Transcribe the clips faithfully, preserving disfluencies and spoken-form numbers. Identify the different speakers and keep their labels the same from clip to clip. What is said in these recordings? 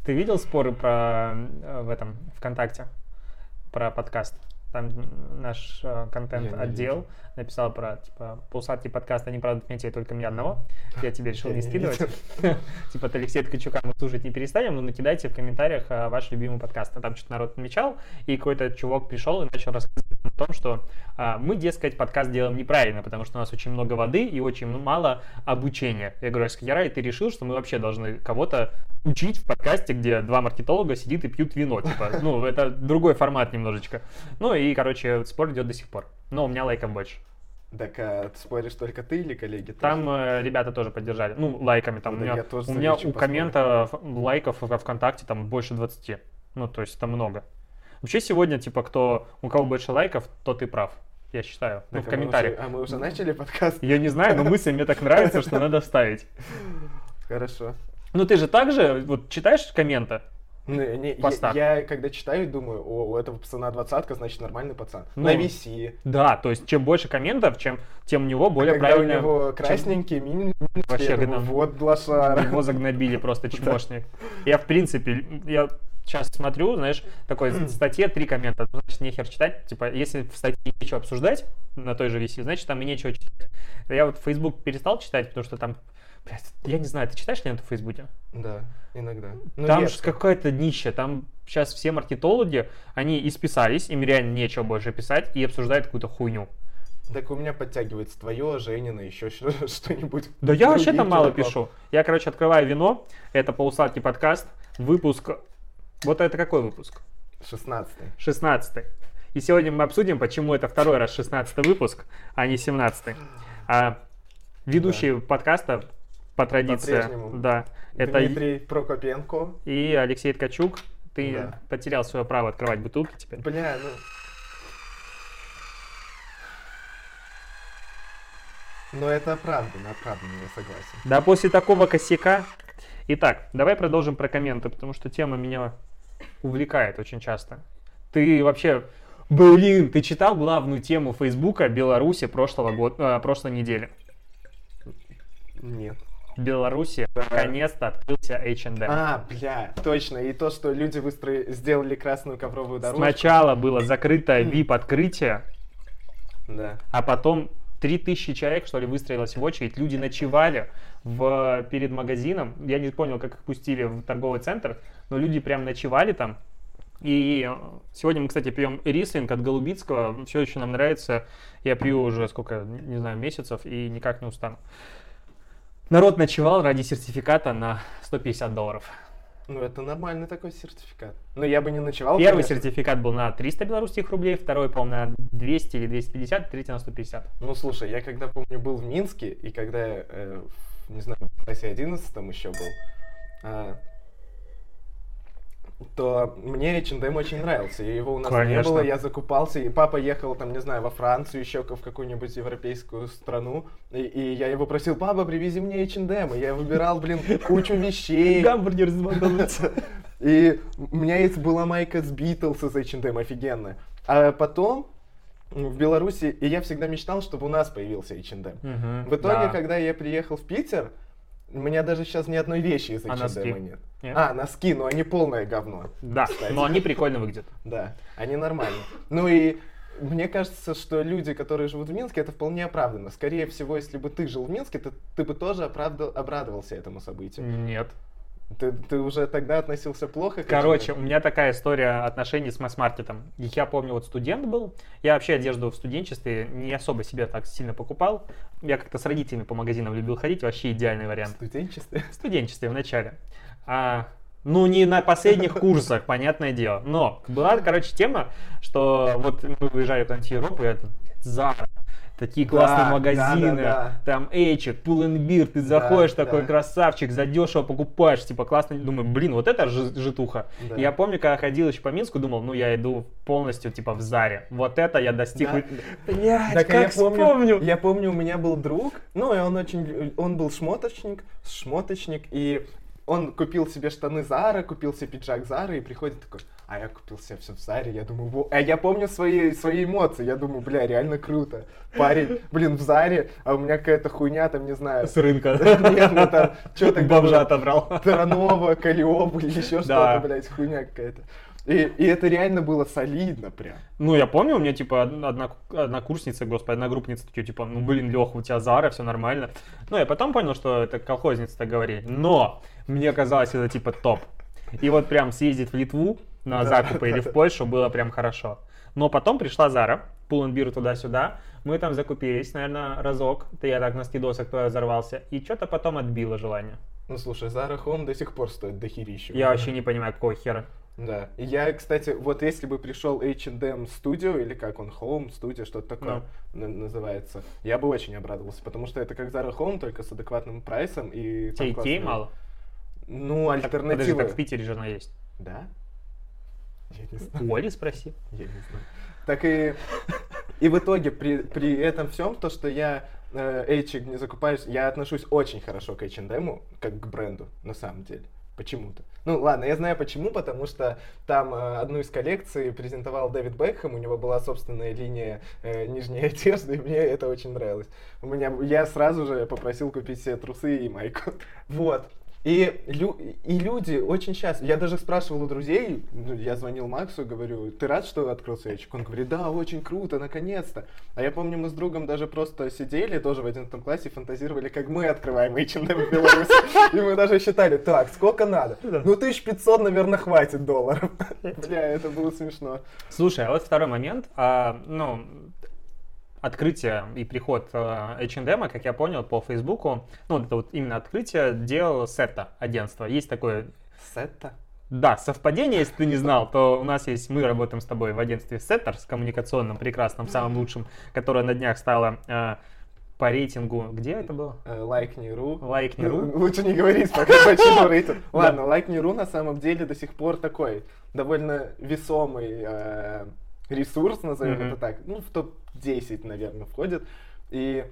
Speaker 1: Ты видел споры про э, в этом ВКонтакте про подкаст? Там наш э, контент-отдел написал про, типа, полусладкий подкаст, они, правда, отметили только меня одного. Я тебе решил не скидывать. Типа, от Алексея Ткачука мы слушать не перестанем, но накидайте в комментариях э, ваш любимый подкаст. А там что-то народ отмечал, и какой-то чувак пришел и начал рассказывать о том, что э, мы, дескать, подкаст делаем неправильно, потому что у нас очень много воды и очень мало обучения. Я говорю, Яра, и ты решил, что мы вообще должны кого-то учить в подкасте, где два маркетолога сидят и пьют вино, типа, ну, это другой формат немножечко. Ну, и, короче, спор идет до сих пор. Но у меня лайков больше.
Speaker 2: Так, а ты споришь только ты или коллеги?
Speaker 1: Там э, ребята тоже поддержали, ну, лайками, там,
Speaker 2: Ну,
Speaker 1: у
Speaker 2: да,
Speaker 1: меня,
Speaker 2: я тоже
Speaker 1: у, меня
Speaker 2: залечу,
Speaker 1: у коммента лайков во ВКонтакте там больше двадцати, ну, то есть это много. Вообще сегодня, типа, кто, у кого больше лайков, тот и прав, я считаю, ну,
Speaker 2: Так,
Speaker 1: в
Speaker 2: а мы
Speaker 1: комментариях.
Speaker 2: уже- А мы уже начали подкаст?
Speaker 1: Я не знаю, но мысль мне так нравится, что надо вставить.
Speaker 2: Хорошо.
Speaker 1: Ну, ты же также, вот, читаешь комменты?
Speaker 2: Ну, не,
Speaker 1: Постах.
Speaker 2: я, я когда читаю, думаю, о, у этого пацана двадцатка, значит нормальный пацан.
Speaker 1: Ну,
Speaker 2: На ви си.
Speaker 1: Да, то есть чем больше комментов, чем, тем у него более
Speaker 2: Когда
Speaker 1: правильно.
Speaker 2: у него красненький, чем... мин...
Speaker 1: Вообще,
Speaker 2: я думаю,
Speaker 1: когда-
Speaker 2: вот лошара.
Speaker 1: Его загнобили просто чмошник. Я, в принципе, я сейчас смотрю, знаешь, такой в статье три коммента, ну, значит, нехер читать. Типа, если в статье нечего обсуждать на той же ви си, значит, там и нечего читать. Я вот Facebook перестал читать, потому что там, блядь, я не знаю, ты читаешь ленту в Фейсбуке?
Speaker 2: Да, иногда. Ну,
Speaker 1: Там
Speaker 2: редко.
Speaker 1: же какое-то днище, там сейчас все маркетологи, они исписались, им реально нечего больше писать и обсуждают какую-то хуйню.
Speaker 2: Так у меня подтягивается твое, Женина, еще что- что-нибудь.
Speaker 1: Да я вообще
Speaker 2: Других
Speaker 1: там мало
Speaker 2: чуваков.
Speaker 1: пишу. Я, короче, открываю вино, это полусладкий подкаст, выпуск, вот это какой выпуск?
Speaker 2: шестнадцатый.
Speaker 1: шестнадцатый. И сегодня мы обсудим, почему это второй раз шестнадцатый выпуск, а не семнадцатый. А ведущие подкаста, по традиции,
Speaker 2: По-прежнему.
Speaker 1: да, это и-
Speaker 2: Дмитрий Прокопенко.
Speaker 1: и Алексей Ткачук. Ты
Speaker 2: Да.
Speaker 1: потерял свое право открывать бутылки теперь.
Speaker 2: Бля, ну... Но это оправданно, оправданно, я согласен.
Speaker 1: Да, после такого косяка. Итак, давай продолжим про комменты, потому что тема меня увлекает очень часто. Ты вообще, блин, ты читал главную тему Фейсбука Беларуси прошлого года, прошлой недели?
Speaker 2: Нет.
Speaker 1: В Беларуси наконец-то открылся эйч энд эм.
Speaker 2: А, бля, точно. И то, что люди выстроили, сделали красную ковровую дорожку.
Speaker 1: Сначала было закрытое ви ай пи-открытие,
Speaker 2: Да.
Speaker 1: а потом три тысячи человек, что ли, выстроилось в очередь. Люди ночевали в, перед магазином. Я не понял, как их пустили в торговый центр, но люди прям ночевали там. И сегодня мы, кстати, пьем рислинг от Голубицкого. Все еще нам нравится. Я пью уже сколько, не знаю, месяцев и никак не устану. Народ ночевал ради сертификата на сто пятьдесят долларов.
Speaker 2: Ну, это нормальный такой сертификат. Но я бы не ночевал,
Speaker 1: Первый
Speaker 2: конечно.
Speaker 1: сертификат был на триста белорусских рублей, второй, по-моему, на двести или двести пятьдесят, третий на сто пятьдесят.
Speaker 2: Ну, слушай, я когда, помню, был в Минске, и когда, э, в, не знаю, в классе одиннадцатом еще был, э, то мне эйч энд эм очень нравился. И его у нас
Speaker 1: Конечно.
Speaker 2: не было, я закупался, и папа ехал там, не знаю, во Францию, еще в какую-нибудь европейскую страну, и, и я его просил: папа, привези мне эйч энд эм, и я выбирал, блин, кучу вещей.
Speaker 1: Гамбургер из Макдональдса.
Speaker 2: И у меня есть была майка с Битлз из эйч энд эм, офигенная. А потом в Беларуси, и я всегда мечтал, чтобы у нас появился эйч энд эм.
Speaker 1: Мгм,
Speaker 2: В итоге,
Speaker 1: да.
Speaker 2: когда я приехал в Питер, у меня даже сейчас ни одной вещи из
Speaker 1: А
Speaker 2: эйч энд эм
Speaker 1: носки?
Speaker 2: нет.
Speaker 1: Нет?
Speaker 2: А, носки, но они полное говно.
Speaker 1: Да,
Speaker 2: кстати.
Speaker 1: но они прикольно выглядят.
Speaker 2: Да, они нормальные. Ну и мне кажется, что люди, которые живут в Минске, это вполне оправданно. Скорее всего, если бы ты жил в Минске, то ты бы тоже оправдал, обрадовался этому событию.
Speaker 1: Нет.
Speaker 2: Ты, ты уже тогда относился плохо к
Speaker 1: Короче, у
Speaker 2: этому?
Speaker 1: меня такая история отношений с масс-маркетом. Я помню, вот студент был. Я вообще одежду в студенчестве не особо себе так сильно покупал. Я как-то с родителями по магазинам любил ходить. Вообще идеальный
Speaker 2: В
Speaker 1: вариант.
Speaker 2: студенчестве?
Speaker 1: В студенчестве в начале. А, ну, не на последних курсах, понятное дело. Но была, короче, тема, что вот мы выезжали куда-нибудь в Европу, и это Zara, такие классные
Speaker 2: Да,
Speaker 1: магазины,
Speaker 2: да, да, да.
Speaker 1: там Эйчик, Pull&Bear, ты заходишь,
Speaker 2: Да,
Speaker 1: такой
Speaker 2: да.
Speaker 1: красавчик, задешево покупаешь, типа классно. Думаю, блин, вот это жи- житуха.
Speaker 2: Да.
Speaker 1: Я помню, когда ходил еще по Минску, думал, ну, я иду полностью, типа, в Заре. Вот это я достиг.
Speaker 2: Да.
Speaker 1: Блядь,
Speaker 2: Так, а
Speaker 1: как
Speaker 2: я помню,
Speaker 1: вспомню.
Speaker 2: я помню, у меня был друг, ну, и он очень, он был шмоточник, шмоточник, и он купил себе штаны Зара, купил себе пиджак Зара и приходит такой, а я купил себе все в Заре, я думаю, во... а я помню свои, свои эмоции, я думаю, бля, реально круто. Парень, блин, в Заре, а у меня какая-то хуйня там, не знаю.
Speaker 1: С рынка.
Speaker 2: Нет, ну там, что то
Speaker 1: бомжа отобрал.
Speaker 2: Таранова, Калиоба или еще
Speaker 1: Да.
Speaker 2: что-то, блядь, хуйня какая-то. И, и это реально было солидно прям.
Speaker 1: Ну, я помню, у меня, типа, одна, однокурсница, господи, одногруппница, такие, типа, ну, блин, Леха, у тебя Зара, все нормально. Ну, я потом понял, что это колхозница так говорит. Но мне казалось, это, типа, топ. И вот прям съездить в Литву на закупы или в Польшу было прям хорошо. Но потом пришла Зара, Pull&Bear туда-сюда. Мы там закупились, наверное, разок. То я так на скидосах туда взорвался. И что-то потом отбило желание.
Speaker 2: Ну, слушай, Zara Home до сих пор стоит дохерища.
Speaker 1: Я вообще не понимаю, какого хера.
Speaker 2: Да. И я, кстати, вот если бы пришел эйч энд эм Studio, или как он, Home Studio, что-то такое
Speaker 1: No.
Speaker 2: на- называется, я бы очень обрадовался, потому что это как Zara Home, только с адекватным прайсом. И там
Speaker 1: Тебе Икеи
Speaker 2: классные-
Speaker 1: мало?
Speaker 2: Ну,
Speaker 1: Так, подожди,
Speaker 2: альтернатива.
Speaker 1: так в Питере же она есть.
Speaker 2: Да? Я не знаю.
Speaker 1: У Оли спроси.
Speaker 2: Я не знаю. Так и, и в итоге при, при этом всем, то, что я э, эйчик не закупаюсь, я отношусь очень хорошо к эйч энд эм, как к бренду, на самом деле. Почему-то. Ну ладно, я знаю почему, потому что там э, одну из коллекций презентовал Дэвид Бекхэм, у него была собственная линия э, нижней одежды, и мне это очень нравилось. У меня, я сразу же попросил купить себе трусы и майку. Вот. И, лю, и люди очень счастливы. Я даже спрашивал у друзей, ну, я звонил Максу, говорю, ты рад, что открылся эйчик? Он говорит, да, очень круто, наконец-то. А я помню, мы с другом даже просто сидели, тоже в одиннадцатом классе, фантазировали, как мы открываем эйч энд эм в Беларуси. И мы даже считали, так, сколько надо? Ну, тысяч пятьсот, наверное, хватит долларов. Бля, это было смешно.
Speaker 1: Слушай, а вот второй момент. А, ну, открытие и приход эйч энд эм, как я понял по Фейсбуку, ну, вот это вот именно открытие делал Сетта агентство. Есть такое...
Speaker 2: Сетта?
Speaker 1: Да, совпадение, если ты не знал, то у нас есть, мы работаем с тобой в агентстве Setters, коммуникационном, прекрасном, самым лучшим, которое на днях стало э, по рейтингу, где это было?
Speaker 2: Лайкни.ру.
Speaker 1: Лайкни.ру.
Speaker 2: Лучше не говорить, пока почему рейтинг. Ладно, Лайкни.ру на самом деле до сих пор такой довольно весомый э, ресурс, назовем
Speaker 1: Мгм.
Speaker 2: это так. Ну, в топ десять, наверное, входит. И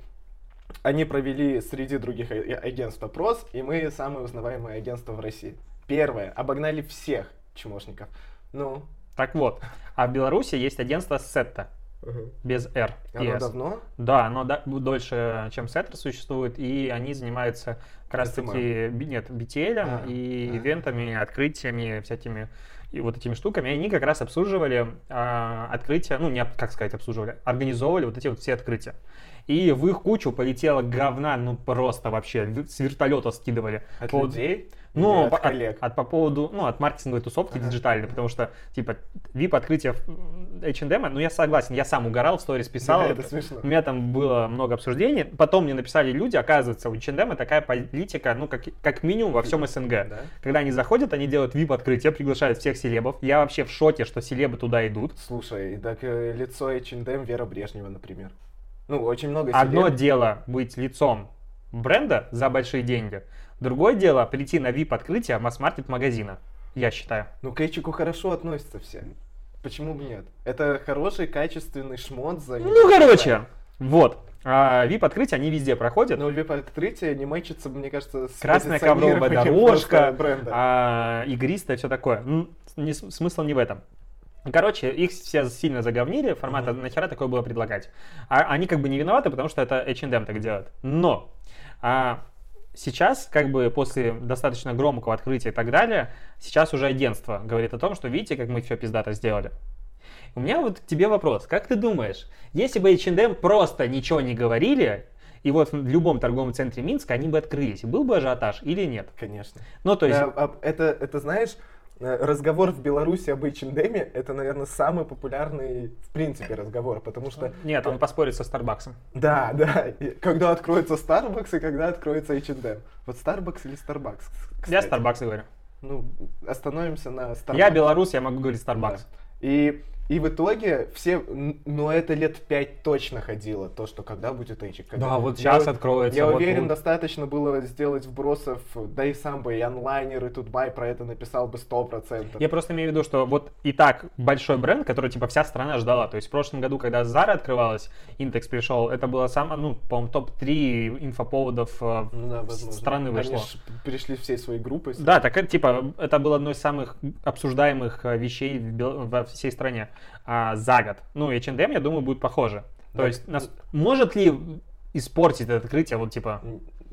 Speaker 2: они провели среди других а- агентств опрос, и мы самое узнаваемое агентство в России. Первое. Обогнали всех чмошников. Ну,
Speaker 1: Так вот, а в Беларуси есть агентство Сетта, без R и
Speaker 2: оно
Speaker 1: S.
Speaker 2: давно?
Speaker 1: Да, оно да- дольше, чем Setter существует, и они занимаются как раз таки, би- нет, би ти эл
Speaker 2: А,
Speaker 1: и
Speaker 2: а.
Speaker 1: ивентами, открытиями, всякими и вот этими штуками. И они как раз обслуживали а, открытия, ну, не, об- как сказать, обслуживали, организовывали вот эти вот все открытия. И в их кучу полетела говна, ну, просто вообще, в- с вертолета скидывали.
Speaker 2: От
Speaker 1: По-
Speaker 2: людей?
Speaker 1: Ну,
Speaker 2: Или
Speaker 1: по-
Speaker 2: от коллег?
Speaker 1: От, от по поводу, ну, от маркетинговой тусовки
Speaker 2: Ага.
Speaker 1: диджитальной, потому что, типа, ви ай пи-открытие эйч энд эм, ну, я согласен, я сам угорал, в сторис писал,
Speaker 2: Да, это смешно.
Speaker 1: у меня там было много обсуждений, потом мне написали люди, оказывается, у эйч энд эм такая политика, ну, как, как минимум во всем СНГ.
Speaker 2: Да?
Speaker 1: Когда они заходят, они делают ви ай пи-открытие, приглашают всех селебов, я вообще в шоке, что селебы туда идут.
Speaker 2: Слушай, так э, лицо эйч энд эм Вера Брежнева, например. Ну, очень много
Speaker 1: Одно
Speaker 2: селеб.
Speaker 1: дело быть лицом бренда за большие деньги, другое дело прийти на ви ай пи-открытие масс-маркет магазина, я считаю.
Speaker 2: Ну, к эйчику хорошо относятся все. Почему бы нет? Это хороший, качественный шмот за...
Speaker 1: Ну, короче, вот. А ви ай пи-открытия, они везде проходят.
Speaker 2: Но ви ай пи-открытие не мэчится, мне кажется, с
Speaker 1: Красная ковровая
Speaker 2: позиционированием
Speaker 1: дорожка,
Speaker 2: просто бренда.
Speaker 1: а, игристая, все такое. М, не с- смысл не в этом. Короче, их все сильно заговнили, формата
Speaker 2: Мгм.
Speaker 1: нахера такое было предлагать. А они как бы не виноваты, потому что это эйч энд эм так делает. Но а, сейчас, как бы после достаточно громкого открытия и так далее, сейчас уже агентство говорит о том, что видите, как мы все пиздато сделали. У меня вот к тебе вопрос. Как ты думаешь, если бы эйч энд эм просто ничего не говорили, и вот в любом торговом центре Минска они бы открылись, был бы ажиотаж или нет?
Speaker 2: Конечно.
Speaker 1: Ну, то есть...
Speaker 2: А, а, это, это, знаешь, э, разговор в Беларуси об эйч энд эм, это, наверное, самый популярный, в принципе, разговор, потому что...
Speaker 1: Нет, он поспорит со Старбаксом.
Speaker 2: Да, да. И когда откроется Starbucks и когда откроется эйч энд эм. Вот Starbucks или Starbucks, кстати.
Speaker 1: Я Старбакс говорю.
Speaker 2: Ну, остановимся на Starbucks.
Speaker 1: Я белорус, я могу говорить Starbucks.
Speaker 2: Да. И И в итоге все, ну это лет пять точно ходило, то, что когда будет Эйчик.
Speaker 1: Да, вот сейчас
Speaker 2: я,
Speaker 1: откроется.
Speaker 2: Я
Speaker 1: вот
Speaker 2: уверен,
Speaker 1: вот.
Speaker 2: достаточно было сделать вбросов, да и сам бы и онлайнер, и Тутбай про это написал бы сто процентов.
Speaker 1: Я просто имею в виду, что вот и так большой бренд, который типа вся страна ждала. То есть в прошлом году, когда Zara открывалась, Intex пришел, это было самое, ну, по-моему, топ три инфоповодов ну, да, страны вышло.
Speaker 2: Они перешли все свои группы.
Speaker 1: Да, так типа это было одно из самых обсуждаемых вещей во всей стране а, за год. Ну, эйч энд эм, я думаю, будет похоже. То да. есть, нас, может ли испортить это открытие, вот типа,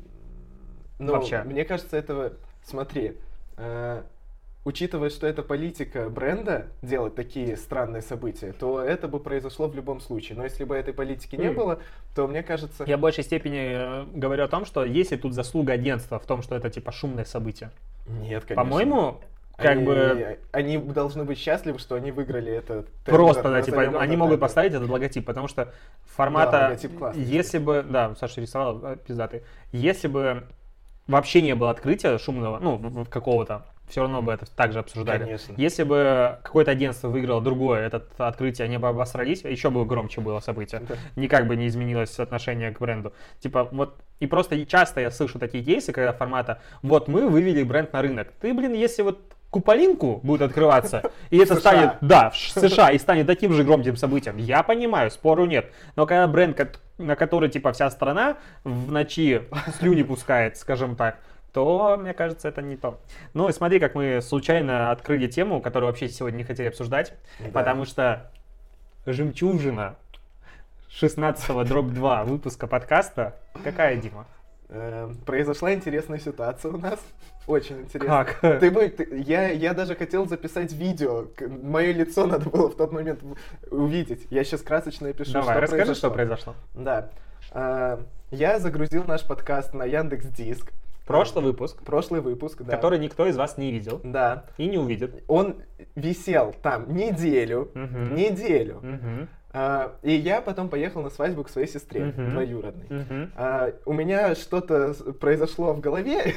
Speaker 2: ну,
Speaker 1: вообще?
Speaker 2: Мне кажется, этого, смотри, э, учитывая, что это политика бренда делать такие странные события, то это бы произошло в любом случае. Но если бы этой политики не mm. было, то мне кажется...
Speaker 1: Я в большей степени говорю о том, что есть ли тут заслуга агентства в том, что это типа шумное событие.
Speaker 2: Нет, конечно.
Speaker 1: По-моему... Как
Speaker 2: они,
Speaker 1: бы...
Speaker 2: они должны быть счастливы, что они выиграли это.
Speaker 1: Просто, да, типа, они могут так. поставить этот логотип, потому что формата, да, логотип классный, если бы, да, Саша рисовал, пиздатый, если бы вообще не было открытия шумного, ну, какого-то, все равно бы это также обсуждали.
Speaker 2: Конечно.
Speaker 1: Если бы какое-то агентство выиграло другое, это открытие, они бы обосрались, еще бы громче было событие. Да. Никак бы не изменилось отношение к бренду. Типа, вот, и просто часто я слышу такие кейсы, когда формата, вот мы вывели бренд на рынок. Ты, блин, если вот Куполинку будет открываться, и это станет, да, в США, и станет таким же громким событием. Я понимаю, спору нет. Но когда бренд, на который, типа, вся страна в ночи слюни пускает, скажем так, то, мне кажется, это не то. Ну, и смотри, как мы случайно открыли тему, которую вообще сегодня не хотели обсуждать, да. потому что жемчужина шестнадцатого дробь два выпуска подкаста. Какая, Дима?
Speaker 2: Э, произошла интересная ситуация у нас. Очень интересно.
Speaker 1: Как?
Speaker 2: Ты бы, ты, я, я даже хотел записать видео. Мое лицо надо было в тот момент увидеть. Я сейчас красочно пишу,
Speaker 1: Давай,
Speaker 2: что
Speaker 1: расскажи,
Speaker 2: произошло.
Speaker 1: что произошло.
Speaker 2: Да. Э, я загрузил наш подкаст на Яндекс.Диск.
Speaker 1: Прошлый выпуск.
Speaker 2: Прошлый выпуск, да.
Speaker 1: Который никто из вас не видел.
Speaker 2: Да.
Speaker 1: И не увидит.
Speaker 2: Он висел там неделю.
Speaker 1: Uh-huh.
Speaker 2: Неделю.
Speaker 1: Uh-huh.
Speaker 2: Uh, и я потом поехал на свадьбу к своей сестре,
Speaker 1: uh-huh.
Speaker 2: двоюродной.
Speaker 1: Uh-huh.
Speaker 2: Uh, у меня что-то произошло в голове.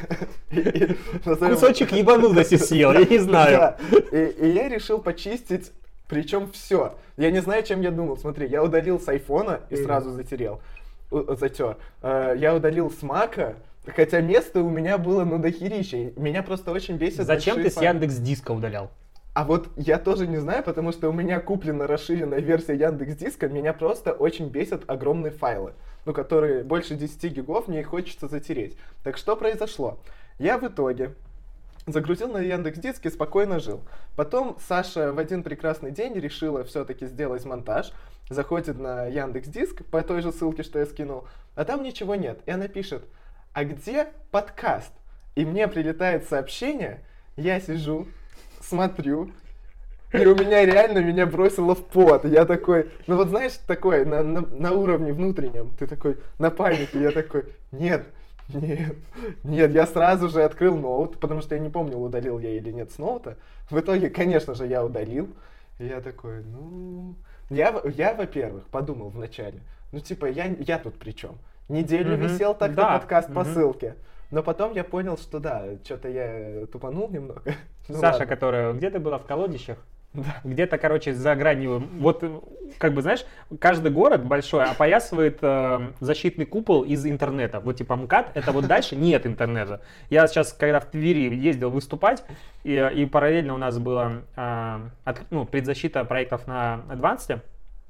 Speaker 1: Кусочек ебанутости съел, я не знаю.
Speaker 2: И я решил почистить, причем все. Я не знаю, чем я думал. Смотри, я удалил с айфона и сразу затерел. Затер. Я удалил с мака. Хотя место у меня было, ну, дохерища. Меня просто очень бесит.
Speaker 1: Зачем ты с Яндекс.Диска удалял?
Speaker 2: А вот я тоже не знаю, потому что у меня куплена расширенная версия Яндекс.Диска. Меня просто очень бесят огромные файлы, ну, которые больше десяти гигов, мне их хочется затереть. Так что произошло? Я в итоге загрузил на Яндекс.Диск и спокойно жил. Потом Саша в один прекрасный день решила все-таки сделать монтаж. Заходит на Яндекс.Диск по той же ссылке, что я скинул, а там ничего нет. И она пишет: а где подкаст? И мне прилетает сообщение, я сижу, смотрю, и у меня реально меня бросило в пот. Я такой, ну вот знаешь, такой, на, на, на уровне внутреннем, ты такой, на панике, я такой, нет, нет, нет, я сразу же открыл ноут, потому что я не помнил, удалил я или нет с ноута. В итоге, конечно же, я удалил. И я такой, ну... Я, я во-первых, подумал вначале, ну типа, я, я тут при чем? Неделю mm-hmm. висел так-то да. подкаст mm-hmm. по ссылке. Но потом я понял, что да, что-то я тупанул немного.
Speaker 1: Ну, Саша, ладно. Которая где-то была в колодищах, да. где-то, короче, за гранью. Вот, как бы, знаешь, каждый город большой опоясывает э, защитный купол из интернета. Вот типа МКАД, это вот дальше нет интернета. Я сейчас, когда в Твери ездил выступать, и, и параллельно у нас была э, от, ну, предзащита проектов на Advanced,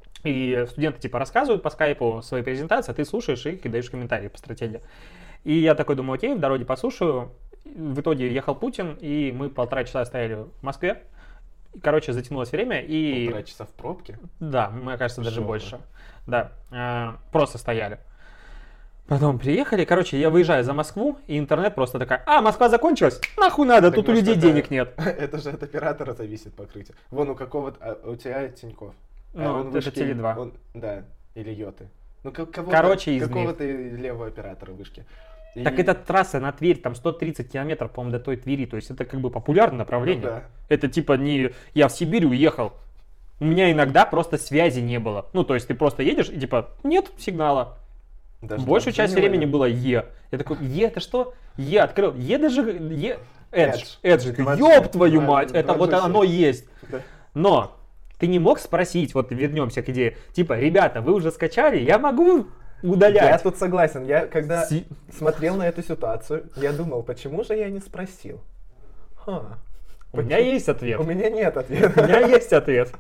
Speaker 1: и студенты типа рассказывают по скайпу свои презентации, а ты слушаешь их и даешь комментарии по стратегии. И я такой думаю, окей, в дороге послушаю. В итоге ехал Путин, и мы полтора часа стояли в Москве. Короче, затянулось время, и...
Speaker 2: Полтора часа в пробке?
Speaker 1: Да, мне кажется, даже
Speaker 2: Шо
Speaker 1: больше. Да, э, просто стояли. Потом приехали, короче, я выезжаю за Москву, и интернет просто такая: а, Москва закончилась? Нахуй надо, так, тут у людей это, денег нет.
Speaker 2: Это же от оператора зависит покрытие. Вон у какого-то, а, у тебя Тинькофф.
Speaker 1: Ну, а он это вышки, Теле два.
Speaker 2: Он, да, или Йоты. Ну, кого-то,
Speaker 1: короче, из
Speaker 2: какого-то левого оператора вышки.
Speaker 1: И... Так эта трасса на Тверь, там сто тридцать километров, по-моему, до той Твери, то есть это как бы популярное направление. Ну, да. Это типа не я в Сибирь уехал, у меня иногда просто связи не было. Ну, то есть ты просто едешь и типа нет сигнала. Даже большую часть времени было Е. Я такой, Е, это что? Е открыл, Е даже, Е, Edge, Edge, Edge. Ёб твою мать, это вот оно есть. Но Ты не мог спросить, вот вернемся к идее, типа, ребята, вы уже скачали, я могу удалять.
Speaker 2: Я тут согласен. Я когда
Speaker 1: Си-
Speaker 2: смотрел на эту ситуацию, я думал, почему же я не спросил? Ха.
Speaker 1: У меня есть ответ.
Speaker 2: У меня нет
Speaker 1: У
Speaker 2: ответа.
Speaker 1: меня есть ответ.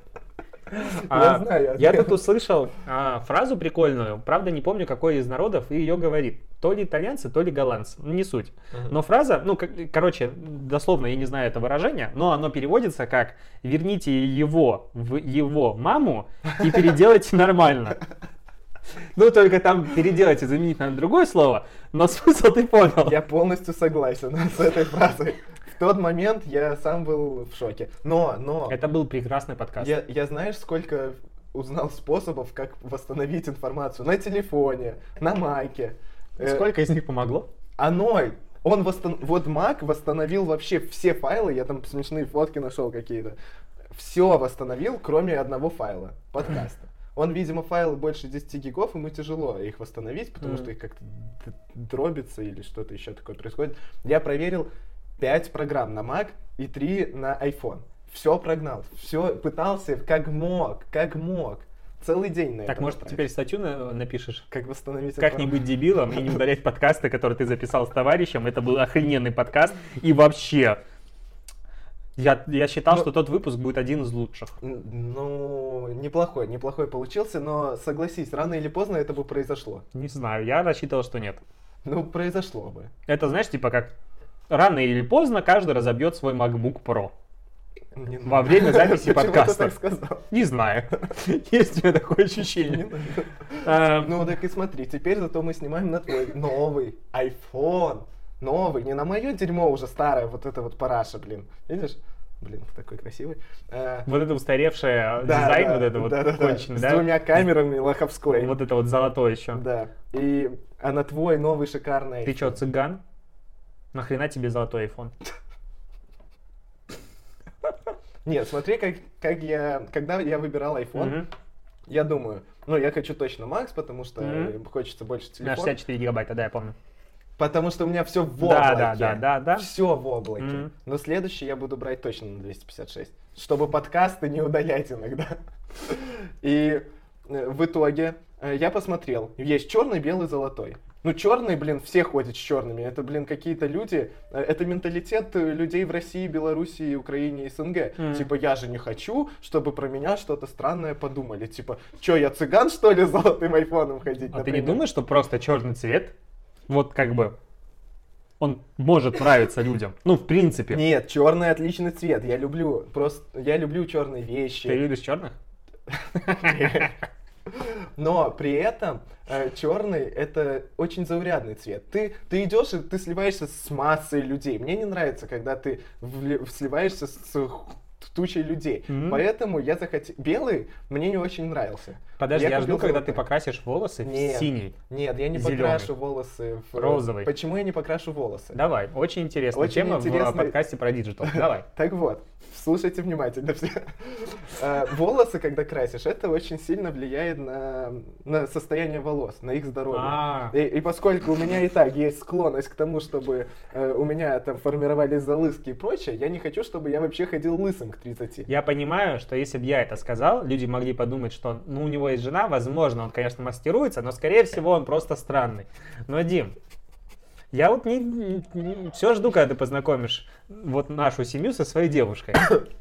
Speaker 2: Я
Speaker 1: А,
Speaker 2: знаю
Speaker 1: Я
Speaker 2: ответ.
Speaker 1: тут услышал а, фразу прикольную, правда не помню, какой из народов, и ее говорит. То ли итальянцы, то ли голландцы, ну, не суть. Но фраза, ну, как- короче, дословно я не знаю это выражение, но оно переводится как «верните его в его маму и переделайте нормально». Ну, только там переделать и заменить на другое слово, но смысл ты понял.
Speaker 2: Я полностью согласен с этой фразой. В тот момент я сам был в шоке. Но, но,
Speaker 1: Это был прекрасный подкаст.
Speaker 2: я, я знаешь, сколько узнал способов, как восстановить информацию на телефоне, на маке. Э,
Speaker 1: Сколько из них помогло?
Speaker 2: Оно, он восстан... вот Mac восстановил вообще все файлы, я там смешные фотки нашел какие-то. Все восстановил, кроме одного файла, подкаста. Он, видимо, файлы больше десяти гигов, ему тяжело их восстановить, потому
Speaker 1: Мгм.
Speaker 2: что их как-то д- дробится или что-то еще такое происходит. Я проверил пять программ на Mac и три на iPhone. Все прогнал, все пытался как мог, как мог. Целый день на
Speaker 1: Так,
Speaker 2: это
Speaker 1: может,
Speaker 2: потратил.
Speaker 1: теперь статью на- напишешь?
Speaker 2: Как восстановить
Speaker 1: Как не
Speaker 2: информацию.
Speaker 1: быть дебилом и не удалять подкасты, которые ты записал с товарищем. Это был охрененный подкаст. И вообще, я, я считал,
Speaker 2: Ну-
Speaker 1: что тот выпуск будет один из лучших.
Speaker 2: Н- Ну, неплохой, неплохой получился, но согласись, рано или поздно это бы произошло.
Speaker 1: Не знаю, я рассчитывал, что нет.
Speaker 2: Ну, произошло бы.
Speaker 1: Это, знаешь, типа как рано или поздно каждый разобьет свой MacBook Pro.
Speaker 2: Не
Speaker 1: Во
Speaker 2: надо.
Speaker 1: время записи
Speaker 2: Почему ты
Speaker 1: подкаста.
Speaker 2: так сказал?
Speaker 1: Не знаю. Есть у меня такое ощущение. А,
Speaker 2: Ну, так и смотри, теперь зато мы снимаем на твой новый iPhone. Новый, не на мое дерьмо уже старое, вот это вот параша, блин. Видишь? Блин, такой красивый. Э,
Speaker 1: Вот это устаревший
Speaker 2: да,
Speaker 1: дизайн,
Speaker 2: да,
Speaker 1: вот это вот
Speaker 2: да, да, да,
Speaker 1: конченый,
Speaker 2: с
Speaker 1: да?
Speaker 2: двумя камерами лоховской.
Speaker 1: Вот это вот золотой еще.
Speaker 2: Да. И, а на твой новый шикарный
Speaker 1: Ты
Speaker 2: iPhone.
Speaker 1: что, цыган? Нахрена тебе золотой iPhone?
Speaker 2: Нет, смотри, как, как я, когда я выбирал iPhone,
Speaker 1: Мгм.
Speaker 2: я думаю, ну, я хочу точно Max, потому что
Speaker 1: Мгм.
Speaker 2: хочется больше
Speaker 1: На
Speaker 2: телефона.
Speaker 1: шестьдесят четыре гигабайта, да, я помню.
Speaker 2: Потому что у меня все в
Speaker 1: Да,
Speaker 2: облаке.
Speaker 1: да, да, да, да.
Speaker 2: Все в облаке.
Speaker 1: Мгм.
Speaker 2: Но следующий я буду брать точно на двести пятьдесят шесть, чтобы подкасты не удалять иногда. И э, в итоге э, я посмотрел. Есть черный, белый, золотой. Ну, черный, блин, все ходят с черными. Это, блин, какие-то люди. э, Это менталитет э, людей в России, Белоруссии, Украине и СНГ.
Speaker 1: Мгм.
Speaker 2: Типа, я же не хочу, чтобы про меня что-то странное подумали. Типа, что, я цыган, что ли, с золотым айфоном ходить?
Speaker 1: А ты не
Speaker 2: например?
Speaker 1: думаешь, что просто черный цвет, вот как бы, он может нравиться людям? Ну, в принципе.
Speaker 2: Нет, черный отличный цвет. Я люблю просто, я люблю черные вещи.
Speaker 1: Ты любишь черных?
Speaker 2: Но при этом э, черный это очень заурядный цвет. Ты, ты идешь и ты сливаешься с массой людей. Мне не нравится, когда ты вли- сливаешься с, с тучей людей.
Speaker 1: Мгм.
Speaker 2: Поэтому я захотел... Белый мне не очень нравился.
Speaker 1: Подожди, я, жду,
Speaker 2: купил
Speaker 1: когда ты
Speaker 2: золотой.
Speaker 1: покрасишь волосы
Speaker 2: Нет.
Speaker 1: в синий.
Speaker 2: Нет, я не
Speaker 1: Зелёный.
Speaker 2: покрашу волосы в...
Speaker 1: Розовый.
Speaker 2: Почему я не покрашу волосы?
Speaker 1: Давай, очень интересная
Speaker 2: Очень
Speaker 1: тема в
Speaker 2: интересный-
Speaker 1: подкасте про диджитал. Давай.
Speaker 2: Так вот, слушайте внимательно все. Э, Волосы, когда красишь, это очень сильно влияет на, на состояние волос, на их здоровье.
Speaker 1: А.
Speaker 2: И, и поскольку у меня и так есть склонность к тому, чтобы э, у меня там формировались залыски и прочее, я не хочу, чтобы я вообще ходил лысым к тридцати.
Speaker 1: Я понимаю, что если бы я это сказал, люди могли подумать, что ну, у него есть жена, возможно, он, конечно, мастеруется, но, скорее всего, он просто странный. Но, Дим, я вот не, все жду, когда ты познакомишь вот нашу семью со своей девушкой.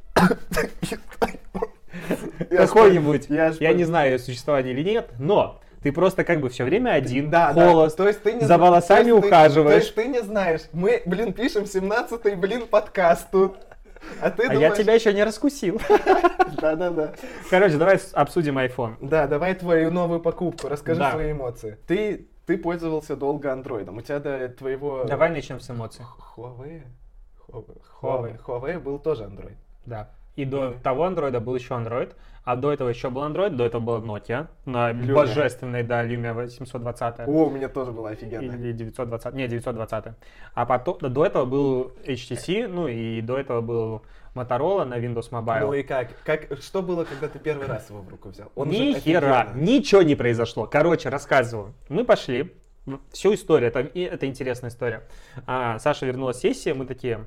Speaker 2: Я ж
Speaker 1: Какой-нибудь.
Speaker 2: пон- я ж
Speaker 1: Я
Speaker 2: пон-
Speaker 1: не знаю, ее существование или нет, но ты просто как бы все время один,
Speaker 2: Да, да,
Speaker 1: холост,
Speaker 2: то есть ты не
Speaker 1: за
Speaker 2: зна-
Speaker 1: волосами
Speaker 2: то есть ты-
Speaker 1: ухаживаешь.
Speaker 2: То есть ты не знаешь. Мы, блин, пишем семнадцатый, блин, подкаст тут. А ты
Speaker 1: А
Speaker 2: думаешь...
Speaker 1: я тебя еще не раскусил.
Speaker 2: Да-да-да.
Speaker 1: Короче, давай с- обсудим iPhone.
Speaker 2: Да, давай твою новую покупку, расскажи
Speaker 1: Да.
Speaker 2: свои эмоции. Ты, ты пользовался долго андроидом, у тебя до твоего...
Speaker 1: Давай начнем с эмоций.
Speaker 2: Huawei? Huawei.
Speaker 1: Huawei.
Speaker 2: Huawei был тоже Android.
Speaker 1: Да. И до того андроида был еще Android, а до этого еще был Android, до этого была Nokia на
Speaker 2: Lumia.
Speaker 1: божественной, да, Lumia восемьсот двадцать.
Speaker 2: О, у меня тоже была офигенная.
Speaker 1: Или девятьсот двадцать, не, девятьсот двадцать. А потом, до этого был эйч ти си, ну и до этого был Motorola на Windows Mobile.
Speaker 2: Ну и как? как? Что было, когда ты первый раз его в руку взял? Он же
Speaker 1: Ни хера,
Speaker 2: офигенно.
Speaker 1: ничего не произошло. Короче, рассказываю. Мы пошли, всю историю, это, и это интересная история. А, Саша вернулась с сессии, мы такие,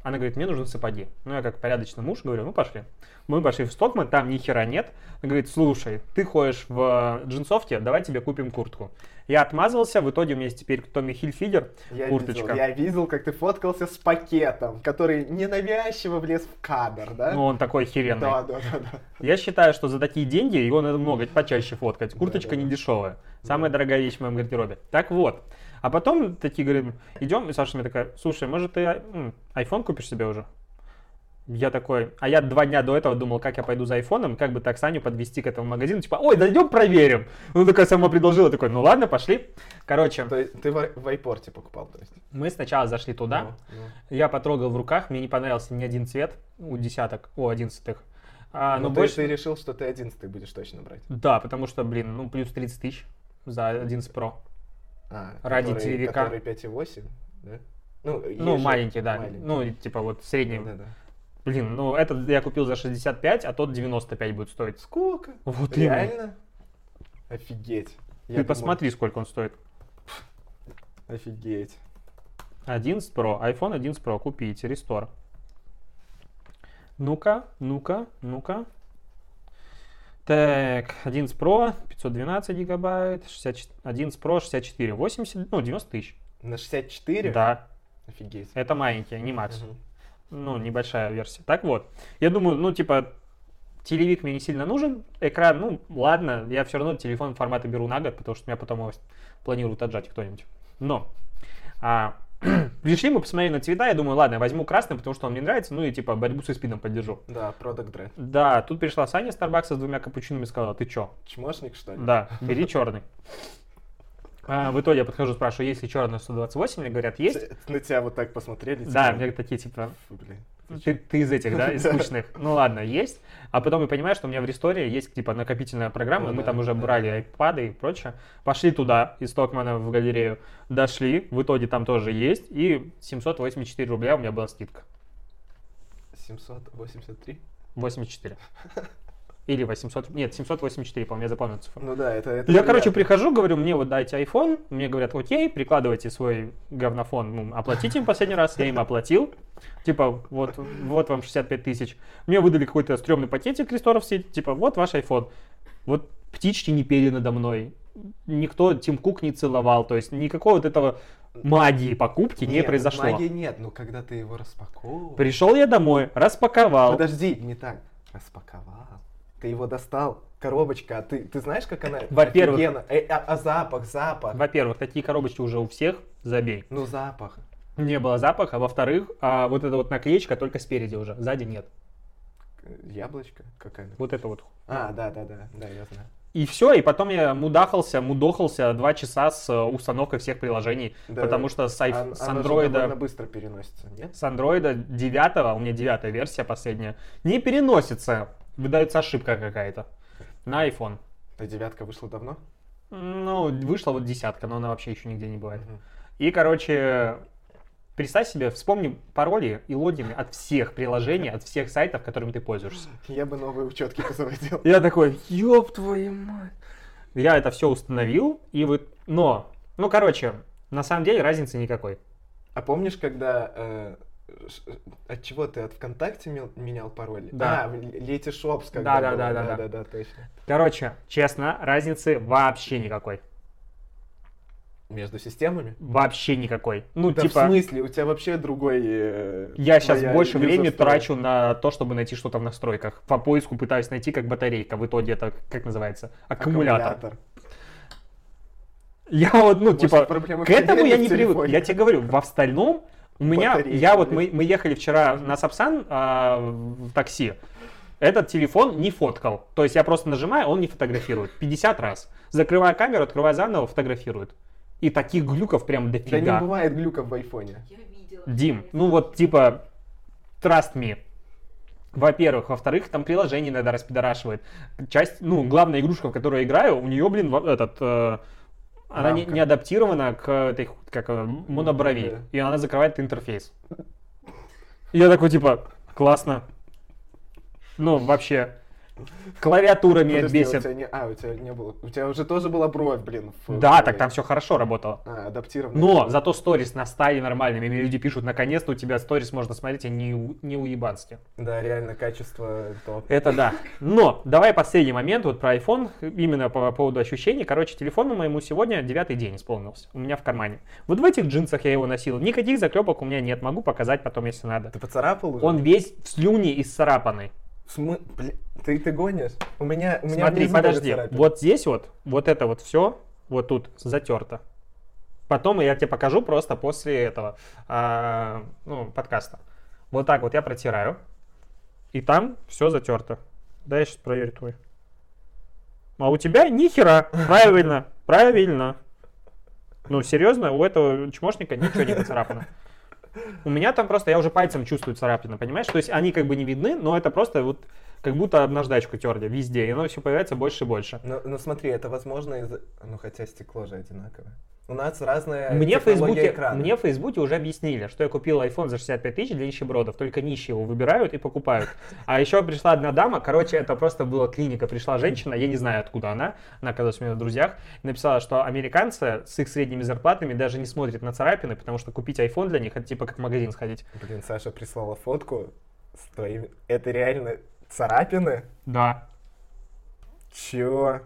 Speaker 1: Она говорит, мне нужны сапоги. Ну, я как порядочный муж говорю, ну, пошли. Мы пошли в Стокман, там ни хера нет. Она говорит, слушай, ты ходишь в джинсовке, давай тебе купим куртку. Я отмазался, в итоге у меня есть теперь Томми Хильфигер
Speaker 2: Я
Speaker 1: курточка.
Speaker 2: Видел, я видел, как ты фоткался с пакетом, который ненавязчиво влез в кадр, да?
Speaker 1: Ну, он такой херенный.
Speaker 2: Да, да, да, да.
Speaker 1: Я считаю, что за такие деньги его надо много, почаще фоткать. Курточка
Speaker 2: Да, да,
Speaker 1: не
Speaker 2: да.
Speaker 1: дешевая. Самая
Speaker 2: Да.
Speaker 1: дорогая вещь в моем гардеробе. Так вот. А потом такие говорим, идем, и Саша мне такая, слушай, может ты м, iPhone купишь себе уже? Я такой, а я два дня до этого думал, как я пойду за айфоном, как бы так Саню подвести к этому магазину, типа, ой, дойдем проверим. Он такая сама предложила, такой, ну ладно, пошли. Короче,
Speaker 2: То есть ты в, в Айпорте покупал, то есть?
Speaker 1: мы сначала зашли туда,
Speaker 2: Ну, ну.
Speaker 1: я потрогал в руках, мне не понравился ни один цвет у десяток, у одиннадцатых. А,
Speaker 2: Ну,
Speaker 1: но
Speaker 2: то
Speaker 1: больше...
Speaker 2: есть ты решил, что ты одиннадцатый будешь точно брать?
Speaker 1: Да, потому что, блин, ну плюс тридцать тысяч за одиннадцать Pro.
Speaker 2: А,
Speaker 1: Ради
Speaker 2: который,
Speaker 1: телевика.
Speaker 2: Который пять и восемь, да? Ну,
Speaker 1: Ну,
Speaker 2: есть же
Speaker 1: маленький, да.
Speaker 2: маленький.
Speaker 1: Ну, типа вот средний.
Speaker 2: Да, да.
Speaker 1: Блин, ну этот я купил за шестьдесят пять, а тот девяносто пять будет стоить.
Speaker 2: Сколько?
Speaker 1: Вот именно.
Speaker 2: Реально? Офигеть.
Speaker 1: Ты
Speaker 2: Я думал,
Speaker 1: посмотри, сколько он стоит.
Speaker 2: Офигеть.
Speaker 1: одиннадцать Pro, iPhone одиннадцать Pro купите, рестор. Ну-ка, ну-ка, ну-ка. Так, одиннадцать Pro, пятьсот двенадцать гигабайт, шестьдесят четыре, одиннадцать Pro, шестьдесят четыре, восемьдесят, ну, девяносто тысяч.
Speaker 2: На шестьдесят четыре?
Speaker 1: Да,
Speaker 2: Офигеть.
Speaker 1: это маленький, не Max.
Speaker 2: Мгм.
Speaker 1: Ну, небольшая версия. Так вот, я думаю, ну, типа, телевик мне не сильно нужен, экран, ну, ладно, я все равно телефон формата беру на год, потому что меня потом его планируют отжать кто-нибудь. Но, а, пришли мы, посмотрели на цвета, я думаю, ладно, я возьму красный, потому что он мне нравится, ну, и, типа, борьбу со спидом поддержу.
Speaker 2: Да, Product Dread.
Speaker 1: Да, тут пришла Саня с Starbucks с двумя капучинами и сказала, ты чё?
Speaker 2: Чмошник, что ли?
Speaker 1: Да, бери черный. А, в итоге я подхожу, спрашиваю, есть ли черный сто двадцать восемь, мне говорят, есть.
Speaker 2: Т- На тебя вот так посмотрели.
Speaker 1: Да,
Speaker 2: типа,
Speaker 1: мне такие, типа,
Speaker 2: фу, блин.
Speaker 1: Ты, ты из этих, да, из
Speaker 2: Да.
Speaker 1: скучных. Ну ладно, есть. А потом я понимаю, что у меня в ресторе есть типа накопительная программа,
Speaker 2: Ну
Speaker 1: и мы
Speaker 2: да,
Speaker 1: там уже
Speaker 2: да.
Speaker 1: брали айпады и прочее. Пошли туда, из Стокмана в галерею. Дошли, в итоге там тоже есть. И семьсот восемьдесят четыре рубля у меня была скидка.
Speaker 2: семьсот восемьдесят три?
Speaker 1: восемьдесят четыре. Или восемьсот, нет, семьсот восемьдесят четыре, по-моему, я запомнил цифру.
Speaker 2: Ну да, это... это
Speaker 1: Я, короче,
Speaker 2: приятно.
Speaker 1: прихожу, говорю, мне вот дайте iPhone, мне говорят, окей, прикладывайте свой говнофон, ну, оплатите им последний раз, я им оплатил, типа, вот, вот вам шестьдесят пять тысяч. Мне выдали какой-то стрёмный пакетик ресторовский, типа, вот ваш iPhone. Вот птички не пели надо мной, никто Тим Кук не целовал, то есть никакой вот этого магии покупки не
Speaker 2: Нет,
Speaker 1: произошло.
Speaker 2: магии нет, ну когда ты его распаковывал...
Speaker 1: Пришел я домой, распаковал.
Speaker 2: Подожди, не так. Распаковал. Ты его достал, коробочка, а ты, ты знаешь, как она
Speaker 1: Во-первых-
Speaker 2: офигенно? Э, а, а запах, запах.
Speaker 1: Во-первых, такие коробочки уже у всех, забей.
Speaker 2: Ну запах.
Speaker 1: Не было запаха, во-вторых, а вот эта вот наклеечка только спереди уже, сзади нет.
Speaker 2: Э, Яблочко какая-то.
Speaker 1: Вот это вот.
Speaker 2: А, да, да, да, да, я знаю.
Speaker 1: И все, и потом я мудахался, мудохался два часа с э, установкой всех приложений,
Speaker 2: Да,
Speaker 1: потому
Speaker 2: да.
Speaker 1: что с, айф-
Speaker 2: Ан-
Speaker 1: с
Speaker 2: она же
Speaker 1: андроида,
Speaker 2: довольно быстро переносится, нет?
Speaker 1: с андроида девятого, у меня девятая версия последняя, не переносится, выдается ошибка какая-то на iPhone.
Speaker 2: А девятка вышла давно?
Speaker 1: Ну, вышла вот десятка, но она вообще еще нигде не бывает.
Speaker 2: Мгм.
Speaker 1: И, короче, представь себе, вспомни пароли и логины от всех приложений, от всех сайтов, которыми ты пользуешься.
Speaker 2: Я бы новые учетки позаводил.
Speaker 1: Я такой, ёб твою мать. Я это все установил, и вот, но, ну, короче, на самом деле разницы никакой.
Speaker 2: А помнишь, когда... э, ш- от чего ты? От ВКонтакте мел- менял пароли?
Speaker 1: Да.
Speaker 2: А, в Лети Шопс когда
Speaker 1: Да, да,
Speaker 2: было.
Speaker 1: да, да, да.
Speaker 2: да, да, точно.
Speaker 1: Короче, честно, разницы вообще никакой.
Speaker 2: Между системами?
Speaker 1: Вообще никакой. Ну,
Speaker 2: Да
Speaker 1: типа,
Speaker 2: в смысле? У тебя вообще другой... э,
Speaker 1: я сейчас
Speaker 2: твоя
Speaker 1: больше времени
Speaker 2: юзер-сторис.
Speaker 1: трачу на то, чтобы найти что-то в настройках. По поиску пытаюсь найти, как батарейка. В итоге это, как называется, аккумулятор. Я вот, ну,
Speaker 2: Может,
Speaker 1: типа,
Speaker 2: проблема
Speaker 1: к этому
Speaker 2: в
Speaker 1: я не
Speaker 2: телефоне?
Speaker 1: привык. Я тебе говорю, в остальном у меня,
Speaker 2: Батарейки,
Speaker 1: я вот,
Speaker 2: блин.
Speaker 1: мы, мы ехали вчера на Сапсан а, в такси. Этот телефон не фоткал. То есть я просто нажимаю, он не фотографирует. пятьдесят раз. Закрываю камеру, открываю заново, фотографирует. И таких глюков прям
Speaker 2: Да
Speaker 1: дофига.
Speaker 2: не бывает глюков в айфоне.
Speaker 3: Я видела.
Speaker 1: Дим, ну вот типа, trust me. Во-первых. Во-вторых, там приложение иногда распидорашивает. Часть, ну, главная игрушка, в которую я играю, у нее, блин, во- этот... э, она не,
Speaker 2: Рамка.
Speaker 1: не адаптирована к этой, как, э, моноброви.
Speaker 2: Да.
Speaker 1: И она закрывает интерфейс. И я такой, типа, классно. Ну, вообще. Клавиатура меня
Speaker 2: Подожди, у
Speaker 1: бесит.
Speaker 2: тебя не... А, у тебя не было. У тебя уже тоже была бровь, блин. в-
Speaker 1: Да,
Speaker 2: в-
Speaker 1: так там все хорошо работало.
Speaker 2: А, адаптировано.
Speaker 1: Но зато сторис на стаде нормальными. Мне люди пишут, наконец-то у тебя сторис можно смотреть, а не, у- не уебански.
Speaker 2: Да, реально, качество топ.
Speaker 1: Это да. Но давай последний момент вот про iPhone, именно по поводу ощущений. Короче, телефону моему сегодня девятый день исполнился. У меня в кармане. Вот в этих джинсах я его носил. Никаких заклепок у меня нет. Могу показать потом, если надо.
Speaker 2: Ты поцарапал уже?
Speaker 1: Он весь в слюне исцарапанный.
Speaker 2: Смы... Бля... Ты, ты гонишь? У меня, у меня
Speaker 1: Смотри,
Speaker 2: внизу даже
Speaker 1: подожди.
Speaker 2: царапины.
Speaker 1: Вот здесь вот, вот это вот все, вот тут затерто. Потом я тебе покажу просто после этого а, ну, подкаста. Вот так вот я протираю. И там все затерто. Дай я сейчас проверю твой. А у тебя ни хера. Правильно, правильно. Ну, серьезно, у этого чмошника ничего не поцарапано. У меня там просто, я уже пальцем чувствую царапины, понимаешь? То есть они как бы не видны, но это просто вот как будто об наждачку терли везде, и оно все появляется больше и больше.
Speaker 2: Ну, ну смотри, это возможно из-за... Ну хотя стекло же одинаковое. У нас разная
Speaker 1: Мне в,
Speaker 2: технология
Speaker 1: Фейсбуке,
Speaker 2: экрана.
Speaker 1: мне в Фейсбуке уже объяснили, что я купил iPhone за шестьдесят пять тысяч для нищебродов, только нищие его выбирают и покупают. А еще пришла одна дама, короче, это просто была клиника, пришла женщина, я не знаю, откуда она, она оказалась у меня в друзьях, и написала, что американцы с их средними зарплатами даже не смотрят на царапины, потому что купить iPhone для них это типа как в магазин сходить.
Speaker 2: Блин, Саша прислала фотку с твоими... Это реально царапины?
Speaker 1: Да.
Speaker 2: Чё?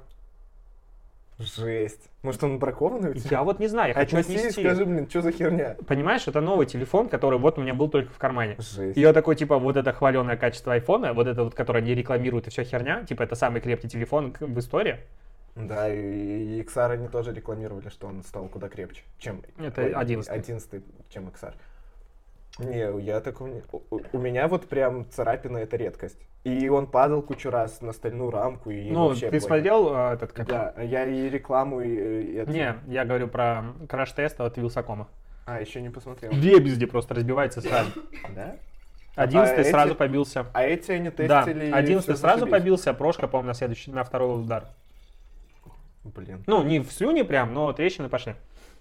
Speaker 2: Жесть. Может, он бракованный у тебя?
Speaker 1: Я вот не знаю, я хочу
Speaker 2: Отнеси и
Speaker 1: отнести.
Speaker 2: скажи, блин, что за херня?
Speaker 1: Понимаешь, это новый телефон, который вот у меня был только в кармане.
Speaker 2: Жесть.
Speaker 1: И я такой, типа, вот это хваленое качество айфона, вот это вот, которое они рекламируют и все херня, типа, это самый крепкий телефон к- в истории.
Speaker 2: Да, и, и икс ар они тоже рекламировали, что он стал куда крепче, чем...
Speaker 1: Это
Speaker 2: ой,
Speaker 1: одиннадцатый.
Speaker 2: одиннадцатый, чем икс ар. Не, я такого не... У, у- у меня вот прям царапина — это редкость. И он падал кучу раз на стальную рамку, и
Speaker 1: Ну,
Speaker 2: вообще
Speaker 1: ты
Speaker 2: понял.
Speaker 1: смотрел а, этот как?
Speaker 2: Да, я и рекламу, и... и это-
Speaker 1: Не, я говорю про краш-тест от Вилсакома.
Speaker 2: А, еще не посмотрел.
Speaker 1: Дребезги просто разбивается сразу.
Speaker 2: Да?
Speaker 1: Одиннадцатый
Speaker 2: А эти-
Speaker 1: сразу побился.
Speaker 2: А эти они
Speaker 1: Да,
Speaker 2: тестили...
Speaker 1: одиннадцатый
Speaker 2: всё
Speaker 1: сразу
Speaker 2: зашибись?
Speaker 1: побился, прошка, по-моему, на следующий, на второй удар.
Speaker 2: Блин.
Speaker 1: Ну, не в слюне прям, но трещины пошли.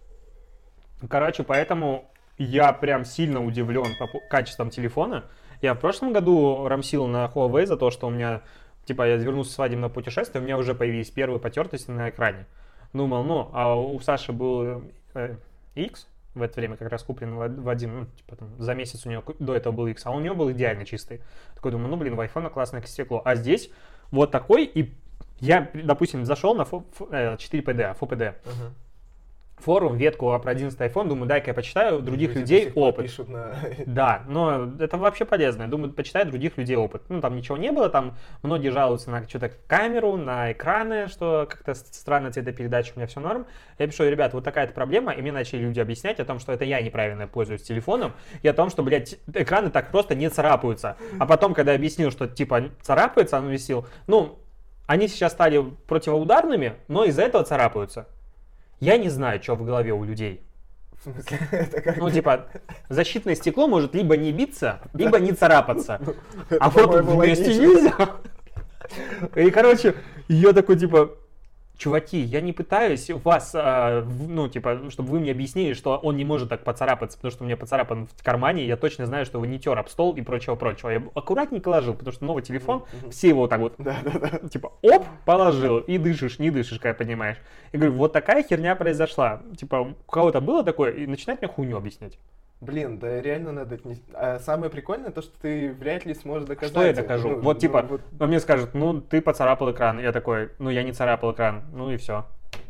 Speaker 1: Короче, поэтому я прям сильно удивлен по по- качеством телефона. Я в прошлом году рамсил на Huawei за то, что у меня, типа, я вернулся с свадебного путешествия, у меня уже появились первые потертости на экране. Думал, ну, а у Саши был э, X, в это время как раз куплен в в один, ну, типа, там, за месяц у него ку- до этого был X, а у него был идеально чистый. Такой думаю, ну, блин, в айфона классное стекло. А здесь вот такой, и я, допустим, зашел на фо- фо- э, четыре пэ дэ, эф пэ дэ.
Speaker 2: Ага.
Speaker 1: Форум, ветку про одиннадцатый iPhone, думаю, дай-ка я почитаю других
Speaker 2: Люди до
Speaker 1: людей
Speaker 2: сих пор
Speaker 1: опыт.
Speaker 2: пишут на...
Speaker 1: Да, но это вообще полезно. Я думаю, почитай других людей опыт. Ну, там ничего не было, там многие жалуются на что-то камеру, на экраны, что как-то с- странно цветопередача, у меня все норм. Я пишу, ребят, вот такая-то проблема, и мне начали люди объяснять о том, что это я неправильно пользуюсь телефоном, и о том, что, блядь, экраны так просто не царапаются. А потом, когда я объяснил, что, типа, царапается, оно висел, ну, они сейчас стали противоударными, но из-за этого царапаются. Я не знаю, что в голове у людей.
Speaker 2: В смысле, это как...
Speaker 1: Ну, типа, защитное стекло может либо не биться, либо не царапаться.
Speaker 2: Это,
Speaker 1: А вот
Speaker 2: по-моему,
Speaker 1: вместе
Speaker 2: логично.
Speaker 1: нельзя. И, короче, я такой, типа, чуваки, я не пытаюсь вас, а, в- ну, типа, чтобы вы мне объяснили, что он не может так поцарапаться, потому что у меня поцарапан в кармане, и я точно знаю, что вы не тер об стол и прочего-прочего. Я аккуратненько ложил, потому что новый телефон, все его вот так вот,
Speaker 2: Да, да, да.
Speaker 1: типа, оп, положил, и дышишь, не дышишь, как понимаешь. Я говорю, вот такая херня произошла. Типа, у кого-то было такое, и начинает мне хуйню объяснять.
Speaker 2: Блин, да реально надо отнести. А самое прикольное то, что ты вряд ли сможешь доказать.
Speaker 1: Что я
Speaker 2: это.
Speaker 1: докажу?
Speaker 2: Ну,
Speaker 1: вот,
Speaker 2: ну,
Speaker 1: типа,
Speaker 2: вот.
Speaker 1: он мне скажет, ну, ты поцарапал экран. Я такой, ну, я не царапал экран. Ну, и все.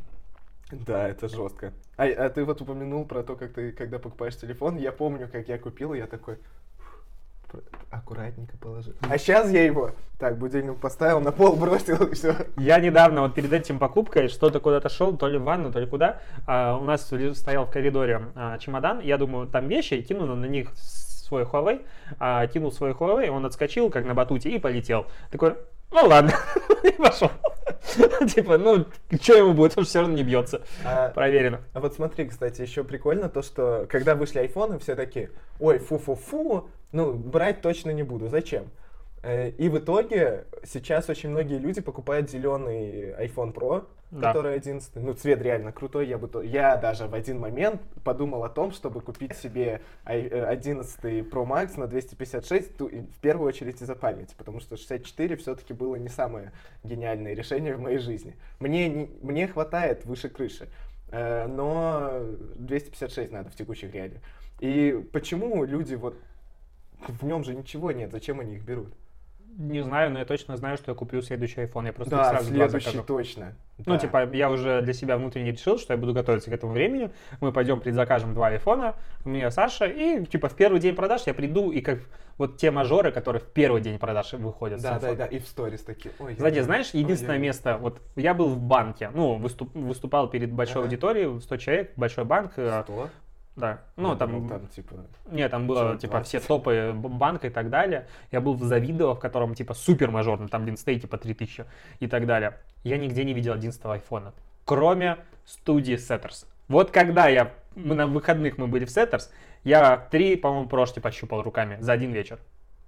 Speaker 2: Да, это жестко. А, а ты вот упомянул про то, как ты, когда покупаешь телефон, я помню, как я купил, и я такой, «Фу, аккуратненько положил. А сейчас я его, так, будильник поставил, на пол бросил, и все.
Speaker 1: Я недавно вот перед этим покупкой что-то куда-то шел, то ли в ванну, то ли куда. А, у нас стоял в коридоре а, чемодан. Я думаю, там вещи, и кинул на них свой Huawei. А, кинул свой Huawei, он отскочил, как на батуте, и полетел. Такой, ну ладно, и пошел. Типа, ну, что ему будет, он все равно не бьется.
Speaker 2: А,
Speaker 1: Проверено.
Speaker 2: а вот смотри, кстати, еще прикольно то, что когда вышли айфоны, все такие, ой, фу-фу-фу, ну, брать точно не буду, зачем? И в итоге сейчас очень многие люди покупают зеленый iPhone Pro,
Speaker 1: Да.
Speaker 2: который одиннадцатый. Ну, цвет реально крутой. Я, бы то... я даже в один момент подумал о том, чтобы купить себе одиннадцатый Pro Max на двести пятьдесят шесть, в первую очередь из-за памяти, потому что шестьдесят четыре все-таки было не самое гениальное решение в моей жизни. Мне, не... Мне хватает выше крыши, но двести пятьдесят шесть надо в текущих реалиях. И почему люди вот... В нем же ничего нет, зачем они их берут?
Speaker 1: Не знаю, но я точно знаю, что я куплю следующий iPhone. Я просто
Speaker 2: Да,
Speaker 1: сразу два
Speaker 2: следующий
Speaker 1: закажу.
Speaker 2: точно.
Speaker 1: Ну,
Speaker 2: Да.
Speaker 1: типа, я уже для себя внутренне решил, что я буду готовиться к этому времени. Мы пойдем предзакажем два айфона, у меня Саша, и, типа, в первый день продаж я приду, и как вот те мажоры, которые в первый день продаж выходят.
Speaker 2: Да,
Speaker 1: с
Speaker 2: да,
Speaker 1: iPhone.
Speaker 2: да, и в сторис такие. Ой,
Speaker 1: Кстати,
Speaker 2: я-
Speaker 1: знаешь, единственное
Speaker 2: ой, я-
Speaker 1: место, вот я был в банке, ну, выступ- выступал перед большой
Speaker 2: Ага.
Speaker 1: аудиторией, сто человек, большой банк, э,
Speaker 2: Что?
Speaker 1: да, ну,
Speaker 2: Я
Speaker 1: там,
Speaker 2: думал, там, типа...
Speaker 1: нет, там было,
Speaker 2: Человек
Speaker 1: типа,
Speaker 2: двадцать.
Speaker 1: все топы б- банка и так далее. Я был в Завидово, в котором, типа, супер мажорный, там линстей, типа, три тысячи и так далее. Я нигде не видел одиннадцатого айфона, кроме студии Setters. Вот когда я, мы на выходных мы были в Setters, я три, по-моему, прошки пощупал руками за один вечер.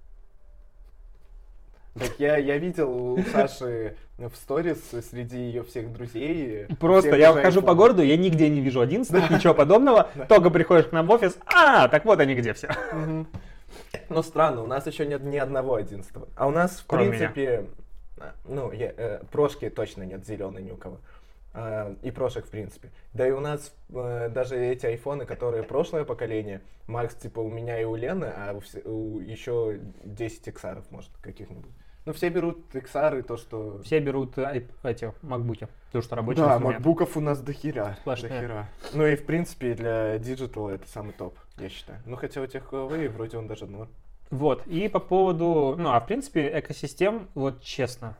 Speaker 2: Так я, я видел у Саши в сторис среди ее всех друзей.
Speaker 1: Просто
Speaker 2: всех
Speaker 1: я
Speaker 2: уже
Speaker 1: хожу по
Speaker 2: iPhone.
Speaker 1: городу, я нигде не вижу одиннадцатых, ничего подобного.
Speaker 2: Да.
Speaker 1: Только приходишь к нам в офис, а, так вот они где все.
Speaker 2: Мгм. Но странно, у нас еще нет ни одного одиннадцатого. А у нас, в
Speaker 1: Кроме
Speaker 2: принципе, а, ну, я, э, прошки точно нет зеленой ни у кого. А, и прошек, в принципе. Да и у нас э, даже эти айфоны, которые прошлое поколение, Макс, типа, у меня и у Лены, а у, все- у еще десять иксаров, может, каких-нибудь. Ну, все берут иксары, то, что...
Speaker 1: Все берут ай- эти макбуки, потому что рабочие
Speaker 2: Да,
Speaker 1: инструменты.
Speaker 2: макбуков у нас дохера.
Speaker 1: Сплошные.
Speaker 2: Дохера. Ну и в принципе для диджитала это самый топ, я считаю. Ну хотя у тех Huawei вроде он даже норм.
Speaker 1: Вот, и по поводу, ну, а в принципе, экосистем, вот честно,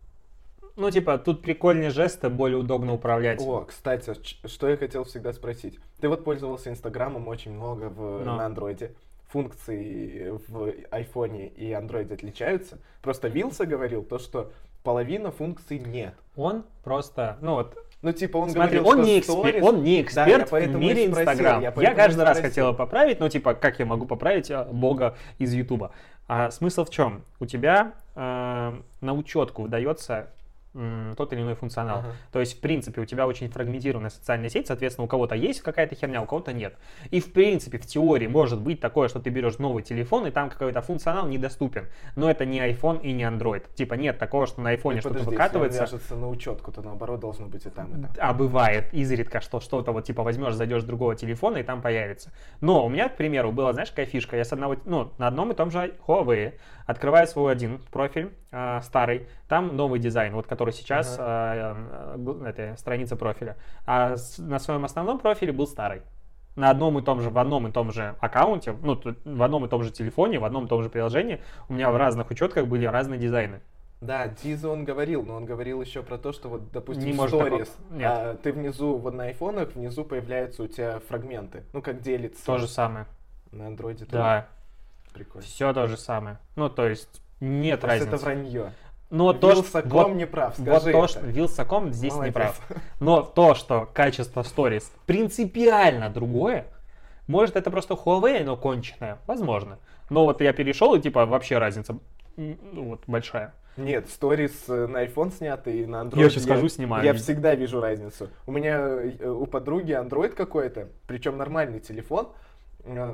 Speaker 1: ну, типа, тут прикольнее жесты, более удобно управлять.
Speaker 2: О, кстати, ч- что я хотел всегда спросить. Ты вот пользовался Инстаграмом очень много в,
Speaker 1: Ну.
Speaker 2: на андроиде. Функции в айфоне и андроиде отличаются? Просто Вилса говорил то, что половина функций нет.
Speaker 1: Он просто, ну, вот,
Speaker 2: Ну типа он
Speaker 1: смотри,
Speaker 2: говорил,
Speaker 1: он
Speaker 2: что
Speaker 1: не, экспер-
Speaker 2: stories-
Speaker 1: он не
Speaker 2: Да, я
Speaker 1: эксперт в
Speaker 2: поэтому и
Speaker 1: мире
Speaker 2: спросил,
Speaker 1: Инстаграм.
Speaker 2: я
Speaker 1: Я,
Speaker 2: поэтому и
Speaker 1: каждый раз
Speaker 2: спросил.
Speaker 1: хотел его поправить, ну, типа, как я могу поправить а, бога из Ютуба? А смысл в чем? У тебя э, на учетку выдается м, тот или иной функционал.
Speaker 2: Ага.
Speaker 1: То есть, в принципе, у тебя очень фрагментированная социальная сеть, соответственно, у кого-то есть какая-то херня, у кого-то нет. И, в принципе, в теории может быть такое, что ты берешь новый телефон, и там какой-то функционал недоступен. Но это не iPhone и не Android. Типа нет такого, что на iPhone
Speaker 2: Ну,
Speaker 1: что-то
Speaker 2: подожди,
Speaker 1: выкатывается.
Speaker 2: если он вяжется на учетку, то наоборот должно быть и там, и там.
Speaker 1: А бывает изредка, что что-то вот типа возьмешь, зайдешь с другого телефона и там появится. Но у меня, к примеру, была, знаешь, какая фишка? Я с одного, ну, на одном и том же Huawei открываю свой один профиль, а, старый, там новый дизайн, вот который сейчас, а, а, г- это, страница профиля. А с- на своем основном профиле был старый. На одном и том же, в одном и том же аккаунте, ну, тут в одном и том же телефоне, в одном и том же приложении у меня в разных учетках были разные дизайны.
Speaker 2: Да, Диза он говорил, но он говорил еще про то, что вот, допустим,
Speaker 1: Не
Speaker 2: в
Speaker 1: может
Speaker 2: сторис,
Speaker 1: такого- нет.
Speaker 2: а, ты внизу, вот на айфонах, внизу появляются у тебя фрагменты, ну, как делится.
Speaker 1: То же самое.
Speaker 2: На андроиде тоже.
Speaker 1: Да,
Speaker 2: Прикольно.
Speaker 1: все то же самое. Ну, то есть нет
Speaker 2: Просто
Speaker 1: разницы.
Speaker 2: это вранье.
Speaker 1: Но то, что,
Speaker 2: Вилсаком
Speaker 1: вот,
Speaker 2: не прав,
Speaker 1: вот
Speaker 2: скажи
Speaker 1: то,
Speaker 2: это.
Speaker 1: что Вилсаком здесь не
Speaker 2: Молодец.
Speaker 1: прав. Но то, что качество сторис принципиально другое, может это просто Huawei, но конченое, возможно. Но вот я перешел, и типа вообще разница м, ну, вот большая.
Speaker 2: Нет, сторис э, на iPhone сняты и на Android.
Speaker 1: Я сейчас скажу, снимаю.
Speaker 2: Я всегда вижу разницу. У меня э, у подруги Android какой-то, причем нормальный телефон. э,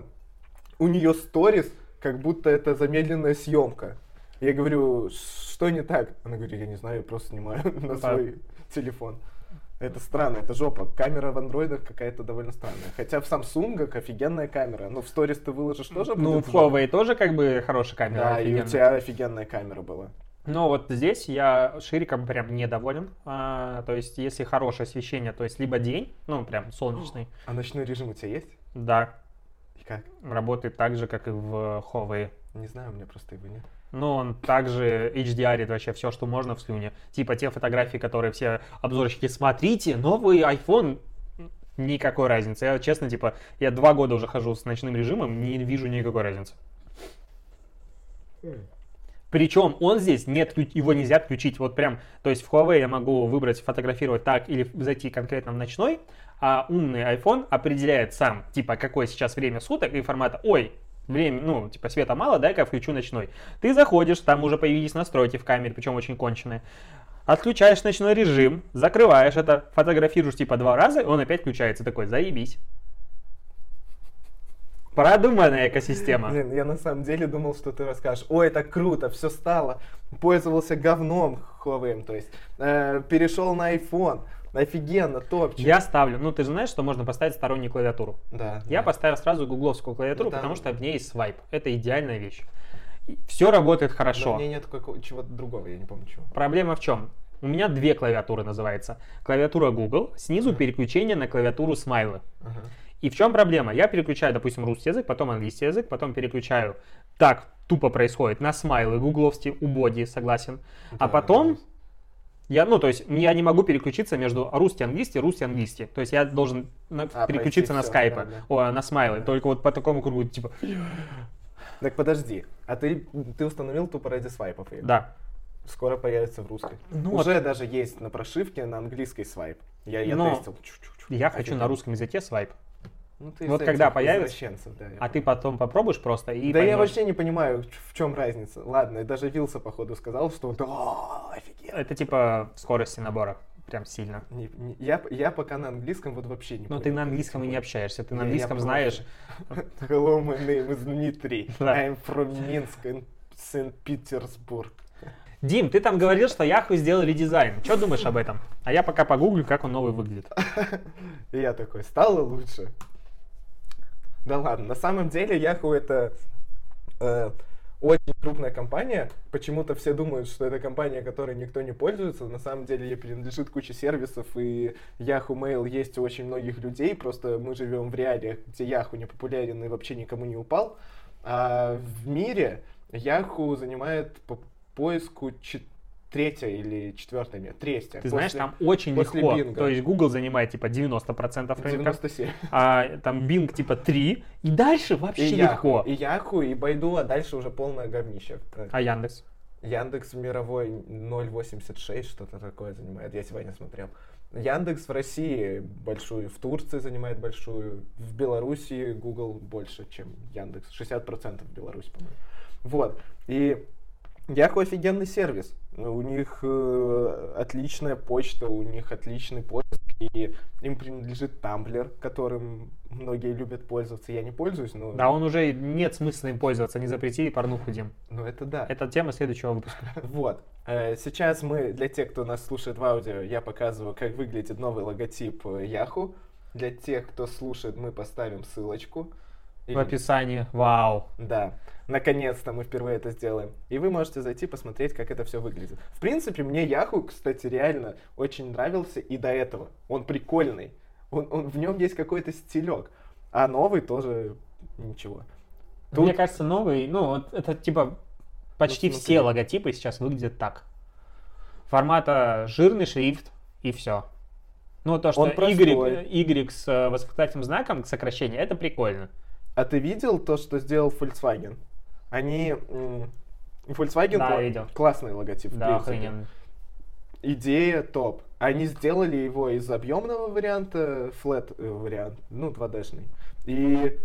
Speaker 2: У нее сторис, как будто это замедленная съемка. Я говорю, что не так? Она говорит, я не знаю, я просто снимаю на
Speaker 1: Да.
Speaker 2: свой телефон. Это странно, это жопа. Камера в андроидах какая-то довольно странная. Хотя в Samsung офигенная камера. Но в сторис ты выложишь тоже
Speaker 1: Ну,
Speaker 2: будет
Speaker 1: в
Speaker 2: жопа?
Speaker 1: Huawei тоже как бы хорошая камера.
Speaker 2: Да, и у
Speaker 1: офигенная.
Speaker 2: тебя офигенная камера была.
Speaker 1: Но вот здесь я шириком прям недоволен. А, то есть, если хорошее освещение, то есть либо день, ну прям солнечный,
Speaker 2: А ночной режим у тебя есть?
Speaker 1: да,
Speaker 2: И как?
Speaker 1: работает так же, как и в Huawei.
Speaker 2: Не знаю, у меня просто его нет.
Speaker 1: Но он также эйч ди ар-ит вообще все, что можно в слюне. Типа те фотографии, которые все обзорщики, смотрите, новый iPhone, никакой разницы. Я честно, типа, я два года уже хожу с ночным режимом, не вижу никакой разницы. Причем он здесь не отключ- его нельзя отключить. Вот прям, то есть в Huawei я могу выбрать фотографировать так или зайти конкретно в ночной, а умный iPhone определяет сам, типа, какое сейчас время суток и формата, ой, Время, ну, типа, света мало, дай-ка я включу ночной. Ты заходишь, там уже появились настройки в камере, причем очень конченые. Отключаешь ночной режим, закрываешь это, фотографируешь типа два раза, и он опять включается. Такой, заебись. Продуманная экосистема.
Speaker 2: Блин, я на самом деле думал, что ты расскажешь. Ой, это круто, все стало. Пользовался говном Huawei, то есть э, перешел на iPhone. Офигенно, топчик.
Speaker 1: Я ставлю, ну ты же знаешь, что можно поставить стороннюю клавиатуру.
Speaker 2: Да.
Speaker 1: Я
Speaker 2: да.
Speaker 1: поставил сразу гугловскую клавиатуру,
Speaker 2: Да.
Speaker 1: потому что в ней есть свайп. Это идеальная вещь. Все работает хорошо.
Speaker 2: Но у меня нет какого- чего-то другого, я не помню чего.
Speaker 1: Проблема в чем? У меня две клавиатуры называется. Клавиатура Google, снизу переключение на клавиатуру смайлы.
Speaker 2: Ага.
Speaker 1: И в чем проблема? Я переключаю, допустим, русский язык, потом английский язык, потом переключаю. Так тупо происходит на смайлы гугловские, у боди, согласен. А
Speaker 2: Да,
Speaker 1: потом
Speaker 2: да.
Speaker 1: я, ну, то есть я не могу переключиться между русский, английский, русский, английский. То есть я должен на-
Speaker 2: А,
Speaker 1: переключиться на
Speaker 2: пройти всё,
Speaker 1: скайпы,
Speaker 2: да, да.
Speaker 1: о, на смайлы. Только вот по такому кругу, типа,
Speaker 2: Так подожди, а ты, ты установил тупо ради свайпов ее?
Speaker 1: да.
Speaker 2: Скоро появится в русской.
Speaker 1: Ну
Speaker 2: Уже даже есть на прошивке на английской свайп. Я, я
Speaker 1: Но
Speaker 2: тестил. Чу-чу-чу.
Speaker 1: Я хочу
Speaker 2: Офигенно.
Speaker 1: на русском языке свайп.
Speaker 2: Ну, ты
Speaker 1: Вот
Speaker 2: из
Speaker 1: когда
Speaker 2: этих
Speaker 1: появится,
Speaker 2: извращенцев, да, я
Speaker 1: А ты
Speaker 2: понял.
Speaker 1: потом попробуешь просто и
Speaker 2: Да я
Speaker 1: поймешь.
Speaker 2: вообще не понимаю, в чем разница. Ладно, и даже Вилса, походу, сказал, что он «О, офигенно».
Speaker 1: Это типа скорости набора. Прям сильно.
Speaker 2: Не- не- я, я пока на английском вот вообще не
Speaker 1: Но
Speaker 2: понял.
Speaker 1: ты на английском и не общаешься. Ты на
Speaker 2: Я- я
Speaker 1: английском
Speaker 2: просто-
Speaker 1: знаешь.
Speaker 2: Hello, my name is Dmitry.
Speaker 1: Да.
Speaker 2: I'm from Minsk and Saint Petersburg.
Speaker 1: Дим, ты там говорил, что Yahoo сделали дизайн. Что думаешь об этом? А я пока погуглю, как он новый выглядит.
Speaker 2: И я такой, стало лучше. Да ладно, на самом деле Yahoo это э, очень крупная компания. Почему-то все думают, что это компания, которой никто не пользуется. На самом деле ей принадлежит куча сервисов, и Yahoo Mail есть у очень многих людей. Просто мы живем в реалиях, где Yahoo не популярен и вообще никому не упал. А в мире Yahoo занимает по поиску чет- третье или четвертое место. Третье.
Speaker 1: Ты знаешь,
Speaker 2: После-
Speaker 1: там очень
Speaker 2: после
Speaker 1: легко.
Speaker 2: Bing.
Speaker 1: То есть Google занимает типа девяносто процентов рынка,
Speaker 2: девяносто семь.
Speaker 1: а там Bing типа три, и дальше вообще
Speaker 2: И
Speaker 1: легко.
Speaker 2: Yahoo, и Yahoo, и Байду, а дальше уже полное говнище.
Speaker 1: А Яндекс?
Speaker 2: Яндекс мировой ноль восемьдесят шесть, что-то такое занимает, я сегодня смотрел. Яндекс в России большую, в Турции занимает большую, в Белоруссии Google больше, чем Яндекс, шестьдесят процентов в Беларуси, по-моему. Вот, и Yahoo офигенный сервис, у них э, отличная почта, у них отличный поиск, и им принадлежит Tumblr, которым многие любят пользоваться, я не пользуюсь, но...
Speaker 1: Да, он уже нет смысла им пользоваться, не запретили порнуху, Дим.
Speaker 2: Ну это да.
Speaker 1: Это тема следующего выпуска.
Speaker 2: Вот. Э, Сейчас мы, для тех, кто нас слушает в аудио, я показываю, как выглядит новый логотип э, Yahoo. Для тех, кто слушает, мы поставим ссылочку.
Speaker 1: В
Speaker 2: Или-
Speaker 1: описании. Вау.
Speaker 2: Да. Наконец-то мы впервые это сделаем. И вы можете зайти посмотреть, как это все выглядит. В принципе, мне Yahoo, кстати, реально очень нравился и до этого. Он прикольный. Он, он- в нем есть какой-то стилек. А новый тоже ничего. Тут-
Speaker 1: Мне кажется, новый, ну, вот это типа почти
Speaker 2: Ну, смотри.
Speaker 1: все логотипы сейчас выглядят так. Формата жирный шрифт и все. Ну, то, что
Speaker 2: Он
Speaker 1: Y,
Speaker 2: простой.
Speaker 1: Y с э, восклицательным знаком, сокращение, это прикольно.
Speaker 2: А ты видел то, что сделал Volkswagen? Они... м, Volkswagen
Speaker 1: Да,
Speaker 2: кла-
Speaker 1: видел.
Speaker 2: классный логотип, в
Speaker 1: Да,
Speaker 2: принципе.
Speaker 1: охрененно.
Speaker 2: Идея топ. Они сделали его из объемного варианта, flat э, вариант, ну, два дэ-шный. И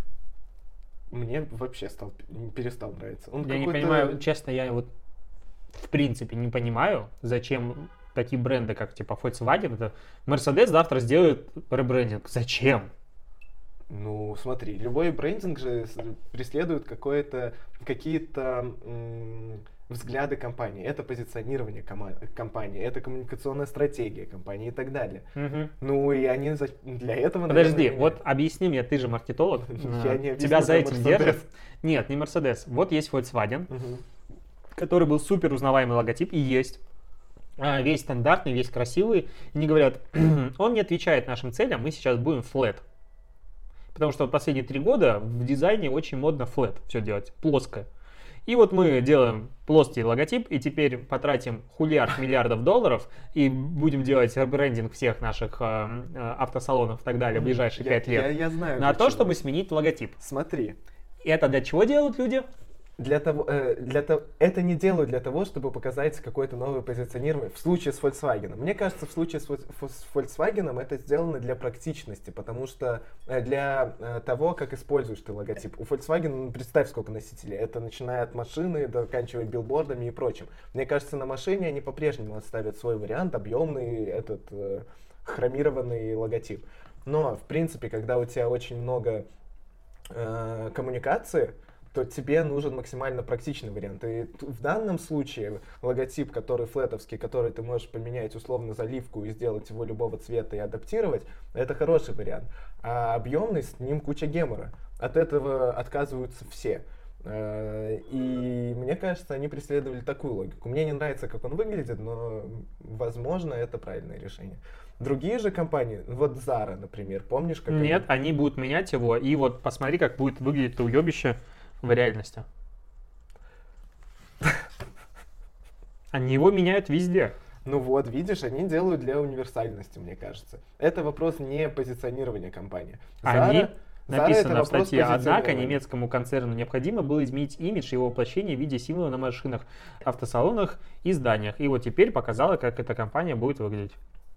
Speaker 2: мне вообще стал, перестал нравиться. Он
Speaker 1: Я не
Speaker 2: какой-то-
Speaker 1: понимаю, честно, я вот в принципе не понимаю, зачем такие бренды, как типа Volkswagen, это Mercedes завтра сделает ребрендинг. Зачем?
Speaker 2: Ну, смотри, любой брендинг же с- преследует какое-то, какие-то м, взгляды компании. Это позиционирование кома- компании, это коммуникационная стратегия компании и так далее.
Speaker 1: Мгм.
Speaker 2: Ну, и они за- для этого,
Speaker 1: Подожди,
Speaker 2: наверное,
Speaker 1: вот объясни мне, ты же маркетолог,
Speaker 2: Я
Speaker 1: э,
Speaker 2: не объясню
Speaker 1: тебя за
Speaker 2: про
Speaker 1: этим
Speaker 2: Mercedes.
Speaker 1: держит. Нет, не Mercedes. Вот есть Volkswagen,
Speaker 2: Мгм.
Speaker 1: который был супер узнаваемый логотип, и есть. А, Весь стандартный, весь красивый. И они говорят, он не отвечает нашим целям, мы сейчас будем flat. Потому что вот последние три года в дизайне очень модно flat все делать, плоское. И вот мы делаем плоский логотип, и теперь потратим хулиард миллиардов долларов, и будем делать ребрендинг всех наших э, э, автосалонов и так далее в ближайшие
Speaker 2: Я-
Speaker 1: пять лет.
Speaker 2: Я, я знаю.
Speaker 1: На
Speaker 2: для
Speaker 1: то,
Speaker 2: чего.
Speaker 1: чтобы сменить логотип.
Speaker 2: Смотри,
Speaker 1: И это для чего делают люди?
Speaker 2: Для того, э, для того, это не делают для того, чтобы показать какое-то новое позиционирование. В случае с Volkswagen. Мне кажется, в случае с, с Volkswagen это сделано для практичности, потому что э, для э, того, как используешь ты логотип. У Volkswagen, ну, представь, сколько носителей. Это начиная от машины, заканчивая билбордами и прочим. Мне кажется, на машине они по-прежнему оставят свой вариант, объемный, этот э, хромированный логотип. Но, в принципе, когда у тебя очень много э, коммуникации, то тебе нужен максимально практичный вариант. И в данном случае логотип, который флетовский, который ты можешь поменять условно заливку и сделать его любого цвета и адаптировать, это хороший вариант. А объемный, с ним куча гемора. От этого отказываются все. И мне кажется, они преследовали такую логику. Мне не нравится, как он выглядит, но, возможно, это правильное решение. Другие же компании, вот Zara, например, помнишь, как
Speaker 1: Нет,
Speaker 2: они...
Speaker 1: они будут менять его, и вот посмотри, как будет выглядеть это уебище в реальности. Они его меняют везде.
Speaker 2: Ну вот, видишь, они делают для универсальности, мне кажется. Это вопрос не позиционирования компании.
Speaker 1: Zara, они, написано в статье, однако
Speaker 2: немецкому
Speaker 1: немецкому концерну необходимо было изменить имидж и его воплощение в виде символа на машинах, автосалонах и зданиях. И вот теперь показала, как эта компания будет выглядеть.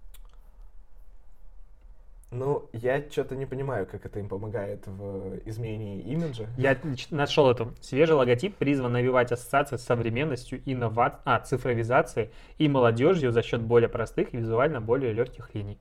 Speaker 2: Ну, я что-то не понимаю, как это им помогает в изменении имиджа.
Speaker 1: Я нашел эту. Свежий логотип призван навевать ассоциации с современностью, инновацией, а, цифровизацией и молодежью за счет более простых и визуально более легких линий.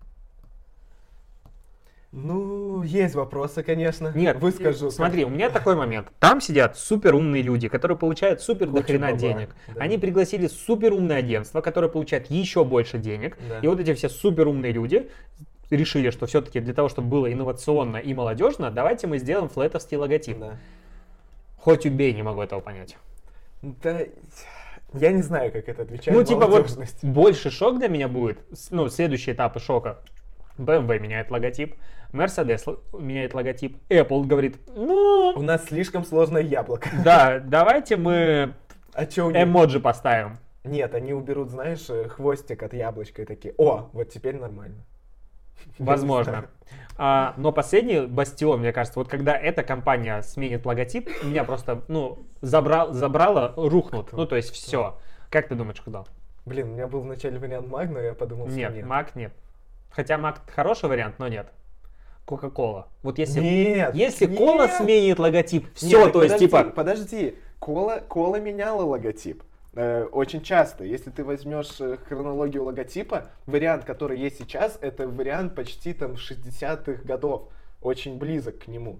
Speaker 2: Ну, есть вопросы, конечно.
Speaker 1: Нет,
Speaker 2: выскажу.
Speaker 1: Смотри, как... у меня такой момент. Там сидят супер умные люди, которые получают супер до хрена денег. Да. Они пригласили супер умное агентство, которое получает еще больше денег. Да. И вот эти все супер умные люди решили, что все-таки для того, чтобы было инновационно и молодежно, давайте мы сделаем флетовский логотип. Да. Хоть убей, не могу этого понять.
Speaker 2: Да, я не знаю, как это отвечать.
Speaker 1: Ну, типа, вот больше шок для меня будет. Ну, следующий этап шока. бэ эм вэ меняет логотип, Mercedes меняет логотип, Apple говорит, ну...
Speaker 2: У нас слишком сложное яблоко.
Speaker 1: Да, давайте мы
Speaker 2: а чё
Speaker 1: эмоджи поставим.
Speaker 2: Нет, они уберут, знаешь, хвостик от яблочка и такие, о, вот теперь нормально.
Speaker 1: Возможно. А, но последний бастион, мне кажется, вот когда эта компания сменит логотип, меня просто, ну, забрал, забрало, рухнут. Ну, то есть все. Как ты думаешь, куда?
Speaker 2: Блин, у меня был вначале вариант Mag, но я подумал, что нет.
Speaker 1: Нет, Mag нет. Хотя Mag хороший вариант, но нет. Coca-Cola. Вот если,
Speaker 2: нет,
Speaker 1: если
Speaker 2: нет.
Speaker 1: Cola сменит логотип, все,
Speaker 2: нет,
Speaker 1: то есть
Speaker 2: подожди,
Speaker 1: типа...
Speaker 2: Подожди, Cola, Cola меняла логотип. Э, очень часто. Если ты возьмешь хронологию логотипа, вариант, который есть сейчас, это вариант почти там шестидесятых годов. Очень близок к нему.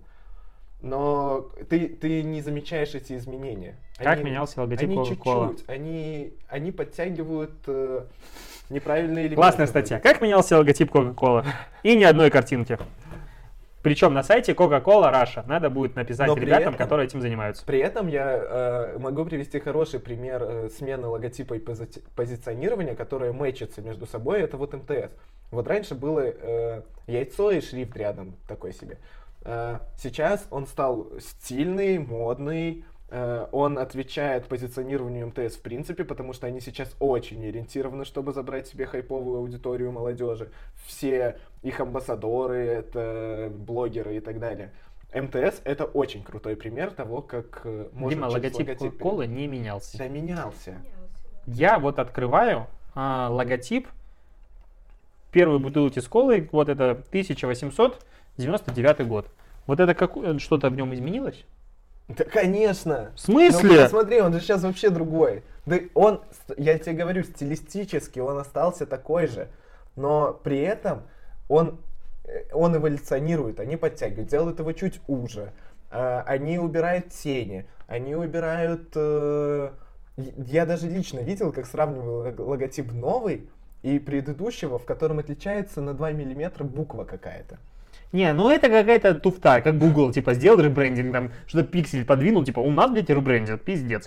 Speaker 2: Но ты, ты не замечаешь эти изменения.
Speaker 1: Как
Speaker 2: они,
Speaker 1: менялся логотип
Speaker 2: они
Speaker 1: Coca-Cola?
Speaker 2: Чуть-чуть. Они, они подтягивают э, неправильные элементы.
Speaker 1: Классная статья. Как менялся логотип Coca-Cola? И ни одной картинки. Причем на сайте Coca-Cola Russia. Надо будет написать
Speaker 2: Но
Speaker 1: ребятам,
Speaker 2: этом,
Speaker 1: которые этим занимаются.
Speaker 2: При этом я э, могу привести хороший пример э, смены логотипа и пози- позиционирования, которые мэчатся между собой. Это вот эм тэ эс. Вот раньше было э, яйцо и шрифт рядом такой себе. Э, сейчас он стал стильный, модный. Э, он отвечает позиционированию эм тэ эс в принципе, потому что они сейчас очень ориентированы, чтобы забрать себе хайповую аудиторию молодежи. Все их амбассадоры, это блогеры и так далее. эм тэ эс это очень крутой пример того, как можно
Speaker 1: Дима, логотип Coca-Cola не менялся.
Speaker 2: Да, менялся.
Speaker 1: Я вот открываю а, логотип первой бутылки с колой, вот это тысяча восемьсот девяносто девятый год. Вот это как, что-то в нем изменилось?
Speaker 2: Да, конечно.
Speaker 1: В смысле?
Speaker 2: Ну, посмотри, он же сейчас вообще другой. Да он, я тебе говорю, стилистически он остался такой же, но при этом он, он эволюционирует, они подтягивают, делают его чуть уже, э, они убирают тени, они убирают... Э, я даже лично видел, как сравнивал логотип новый и предыдущего, в котором отличается на два миллиметра буква какая-то.
Speaker 1: Не, ну это какая-то туфта, как Google, типа, сделал ребрендинг, там, что-то пиксель подвинул, типа, у нас, блядь, ребрендинг, пиздец.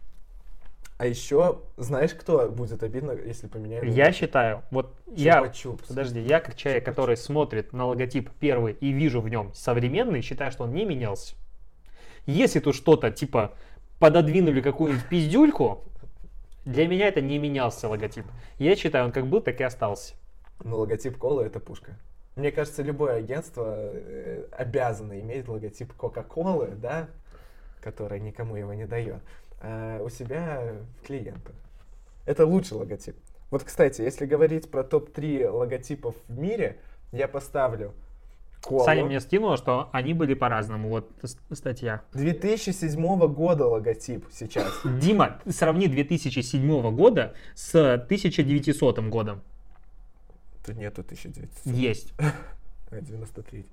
Speaker 2: А еще, знаешь, кто будет обидно, если поменяют?
Speaker 1: Я считаю, вот я,
Speaker 2: Чупа-чупс.
Speaker 1: подожди, я как человек,
Speaker 2: Чупа-чупс.
Speaker 1: который смотрит на логотип первый и вижу в нем современный, считаю, что он не менялся. Если тут что-то, типа, пододвинули какую-нибудь пиздюльку, для меня это не менялся логотип. Я считаю, он как был, так и остался.
Speaker 2: Но логотип Колы это пушка. Мне кажется, любое агентство обязано иметь логотип Кока-Колы, да? которая никому его не дает, а у себя в клиентах. Это лучший логотип. Вот, кстати, если говорить про топ три логотипов в мире, я поставлю Колу.
Speaker 1: Саня мне скинула, что они были по-разному. Вот статья.
Speaker 2: две тысячи седьмого года логотип сейчас.
Speaker 1: Дима, сравни две тысячи седьмого года с тысяча девятисотым годом.
Speaker 2: Тут нету тысяча девятисотого.
Speaker 1: Есть.
Speaker 2: девяносто третий.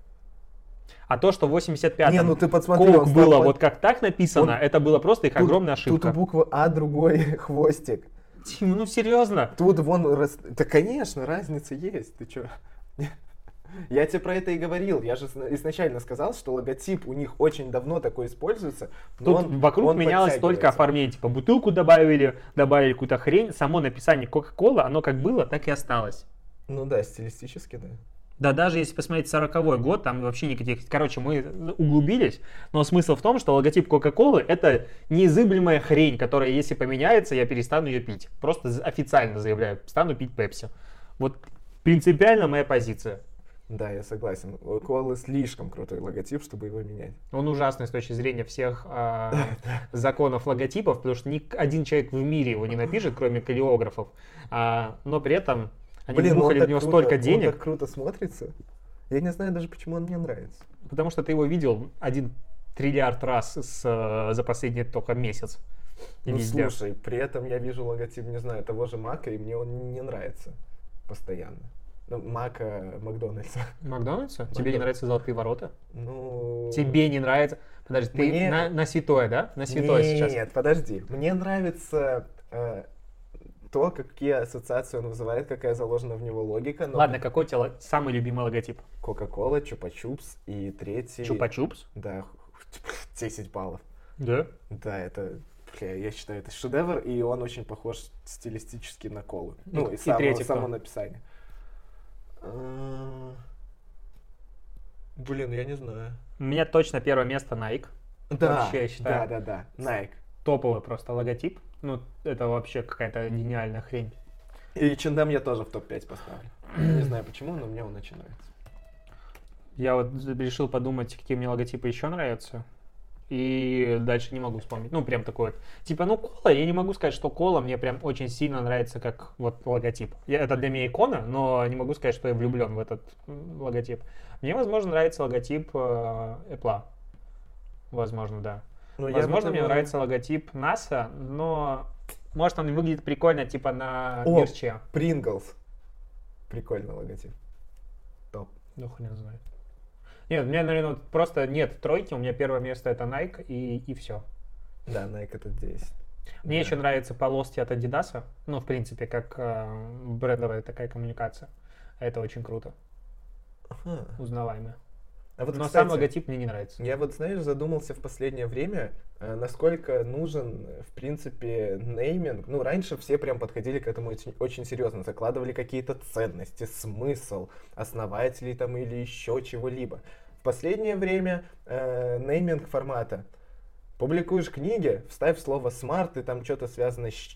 Speaker 1: А то, что в восемьдесят пятом
Speaker 2: Не, ну ты посмотри,
Speaker 1: Coke
Speaker 2: он
Speaker 1: было
Speaker 2: стал-
Speaker 1: вот как так написано,
Speaker 2: Он-
Speaker 1: это было просто их
Speaker 2: Тут-
Speaker 1: огромная
Speaker 2: Тут у
Speaker 1: ошибка.
Speaker 2: буквы А другой хвостик.
Speaker 1: Дима, ну серьезно?
Speaker 2: Тут вон... рас- Да, конечно, разница есть. Ты чё? Я тебе про это и говорил. Я же сна- изначально сказал, что логотип у них очень давно такой используется. но
Speaker 1: Тут
Speaker 2: он-
Speaker 1: вокруг
Speaker 2: он
Speaker 1: менялось только
Speaker 2: подтягивается.
Speaker 1: оформление. Типа бутылку добавили, добавили какую-то хрень. Само написание Coca-Cola, оно как было, так и осталось.
Speaker 2: Ну да, стилистически, да.
Speaker 1: Да даже если посмотреть сороковой год, там вообще никаких... Короче, мы углубились, но смысл в том, что логотип Кока-Колы — это неизыблемая хрень, которая, если поменяется, я перестану ее пить. Просто з- официально заявляю, стану пить Пепси. Вот принципиально моя позиция.
Speaker 2: Да, я согласен. У Колы слишком крутой логотип, чтобы его менять.
Speaker 1: Он ужасный с точки зрения всех а, законов логотипов, потому что ни один человек в мире его не напишет, кроме каллиографов. А, но при этом они
Speaker 2: Блин, ну он
Speaker 1: вбухали в
Speaker 2: так
Speaker 1: него
Speaker 2: круто-
Speaker 1: столько
Speaker 2: он
Speaker 1: денег,
Speaker 2: так круто смотрится. Я не знаю даже, почему он мне нравится.
Speaker 1: потому что ты его видел один триллиард раз с, э, за последний только месяц. И
Speaker 2: Ну
Speaker 1: везде.
Speaker 2: слушай, при этом я вижу логотип, не знаю, того же Мака, и мне он не нравится постоянно. Ну, Мака Макдональдса.
Speaker 1: Макдональдса? Тебе не
Speaker 2: Макдональдс.
Speaker 1: нравятся золотые ворота?
Speaker 2: Ну...
Speaker 1: Тебе не нравится? Подожди, ты
Speaker 2: Мне-
Speaker 1: на, на святое, да? На святое
Speaker 2: Нет,
Speaker 1: сейчас.
Speaker 2: Нет, подожди. Мне нравится э, то, какие ассоциации он вызывает, какая заложена в него логика. Но
Speaker 1: Ладно, какой у тебя ло- самый любимый логотип?
Speaker 2: Кока-кола, Чупа-Чупс и третий...
Speaker 1: Чупа-чупс?
Speaker 2: Да, десять баллов.
Speaker 1: Да.
Speaker 2: Да, это, бля, я считаю, это шедевр, и он очень похож стилистически на колу. Ну, и,
Speaker 1: и
Speaker 2: само,
Speaker 1: третий
Speaker 2: само
Speaker 1: кто?
Speaker 2: написание. А, Блин, я не знаю.
Speaker 1: У меня точно первое место Nike.
Speaker 2: Да,
Speaker 1: Вообще, я считаю.
Speaker 2: да, да, да, Nike.
Speaker 1: Топовый просто логотип. Ну, это вообще какая-то гениальная хрень.
Speaker 2: И эйч энд эм я тоже в топ пять поставлю. Не знаю почему, но мне он очень нравится.
Speaker 1: Я вот решил подумать, какие мне логотипы еще нравятся. И дальше не могу вспомнить. Ну, прям такой вот. Типа, ну, кола, я не могу сказать, что кола мне прям очень сильно нравится как вот логотип. Я, это для меня икона, но не могу сказать, что я влюблен в этот м, логотип. Мне, возможно, нравится логотип э, Apple. Возможно, да.
Speaker 2: Ну, я
Speaker 1: Возможно,
Speaker 2: вот
Speaker 1: мне
Speaker 2: его-
Speaker 1: нравится логотип НАСА, но может он выглядит прикольно, типа на
Speaker 2: О,
Speaker 1: мерче.
Speaker 2: Pringles. Прикольный логотип. Топ.
Speaker 1: Ну, хрен знает. Нет, у меня, наверное, вот просто нет тройки, у меня первое место это Nike и, и все.
Speaker 2: Да, Nike это десять.
Speaker 1: Мне
Speaker 2: Да.
Speaker 1: еще нравятся полоски от Adidas, ну, в принципе, как э, брендовая такая коммуникация. Это очень круто,
Speaker 2: Ага.
Speaker 1: узнаваемая.
Speaker 2: А вот,
Speaker 1: Но
Speaker 2: кстати,
Speaker 1: сам логотип мне не нравится.
Speaker 2: я вот, знаешь, задумался в последнее время, э, насколько нужен, в принципе, нейминг. Ну, раньше все прям подходили к этому очень, очень серьезно, закладывали какие-то ценности, смысл, основателей там или еще чего-либо. В последнее время э, нейминг формата. Публикуешь книги, вставь слово смарт, и там что-то связано с...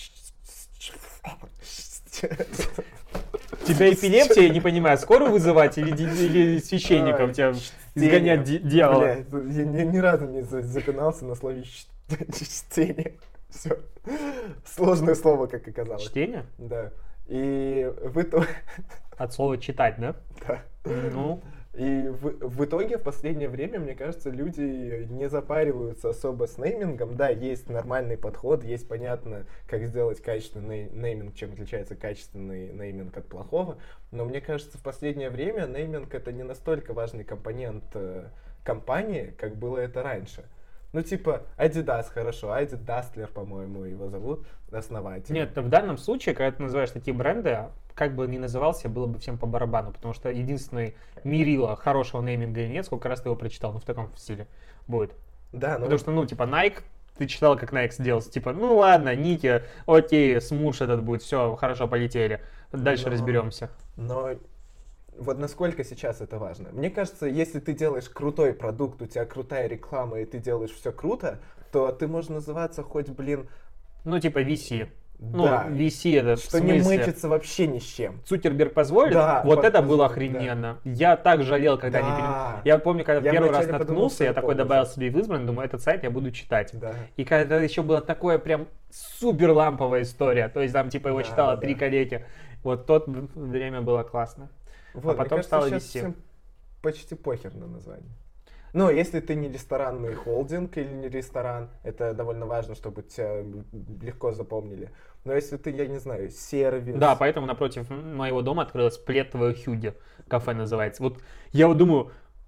Speaker 1: Тебя эпилепсия, я не понимаю, скоро вызывать или, или священником
Speaker 2: Ай,
Speaker 1: тебя
Speaker 2: чтение.
Speaker 1: изгонять ди- дьявола?
Speaker 2: Бля, я ни, ни разу не за- запинался на слове чт- чтение. Все. Сложное слово, как оказалось.
Speaker 1: Чтение?
Speaker 2: Да. И в итоге...
Speaker 1: От слова читать, да?
Speaker 2: Да.
Speaker 1: Ну,
Speaker 2: И в, в итоге в последнее время, мне кажется, люди не запариваются особо с неймингом. Да, есть нормальный подход, есть понятно, как сделать качественный нейминг, чем отличается качественный нейминг от плохого. Но мне кажется, в последнее время нейминг это не настолько важный компонент э, компании, как было это раньше. Ну, типа, Adidas хорошо, Ади Дастлер, по-моему, его зовут, основатель.
Speaker 1: нет, в данном случае, когда ты называешь такие бренды, как бы ни назывался, было бы всем по барабану, потому что единственный мерило хорошего нейминга или нет, сколько раз ты его прочитал, ну, в таком стиле будет.
Speaker 2: Да, ну,
Speaker 1: Потому что, ну, типа, Nike, ты читал, как Nike сделался, типа, ну, ладно, Ники, окей, смуш этот будет, все, хорошо, полетели, дальше
Speaker 2: Но-
Speaker 1: разберемся.
Speaker 2: но вот насколько сейчас это важно? Мне кажется, если ты делаешь крутой продукт, у тебя крутая реклама, и ты делаешь все круто, то ты можешь называться хоть, блин,
Speaker 1: Ну, типа, ви си. Ну,
Speaker 2: Да.
Speaker 1: ви си это в
Speaker 2: Что не
Speaker 1: смысле?
Speaker 2: мэчится вообще ни с чем.
Speaker 1: Цукерберг позволил?
Speaker 2: Да,
Speaker 1: вот
Speaker 2: по-
Speaker 1: это было
Speaker 2: позволил,
Speaker 1: охрененно. Я так жалел, когда
Speaker 2: Да.
Speaker 1: они пере- Я помню, когда
Speaker 2: Я
Speaker 1: первый раз
Speaker 2: вначале подумал,
Speaker 1: наткнулся,
Speaker 2: что
Speaker 1: я
Speaker 2: это
Speaker 1: такой
Speaker 2: полностью.
Speaker 1: добавил себе в избранное, думаю, этот сайт я буду читать.
Speaker 2: Да.
Speaker 1: И когда еще была такое прям супер ламповая история, то есть там типа его
Speaker 2: Да,
Speaker 1: читало
Speaker 2: да,
Speaker 1: три
Speaker 2: да.
Speaker 1: коллеги. Вот тот время было классно.
Speaker 2: Вот,
Speaker 1: а
Speaker 2: мне
Speaker 1: потом
Speaker 2: кажется,
Speaker 1: стало
Speaker 2: сейчас
Speaker 1: ви си.
Speaker 2: всем почти похер на название. Но если ты не ресторанный холдинг или не ресторан, это довольно важно, чтобы тебя легко запомнили. Но если ты, я не знаю, сервис...
Speaker 1: Да, поэтому напротив моего дома открылось «Плед твоего Хьюги». Кафе называется. Вот я вот думаю,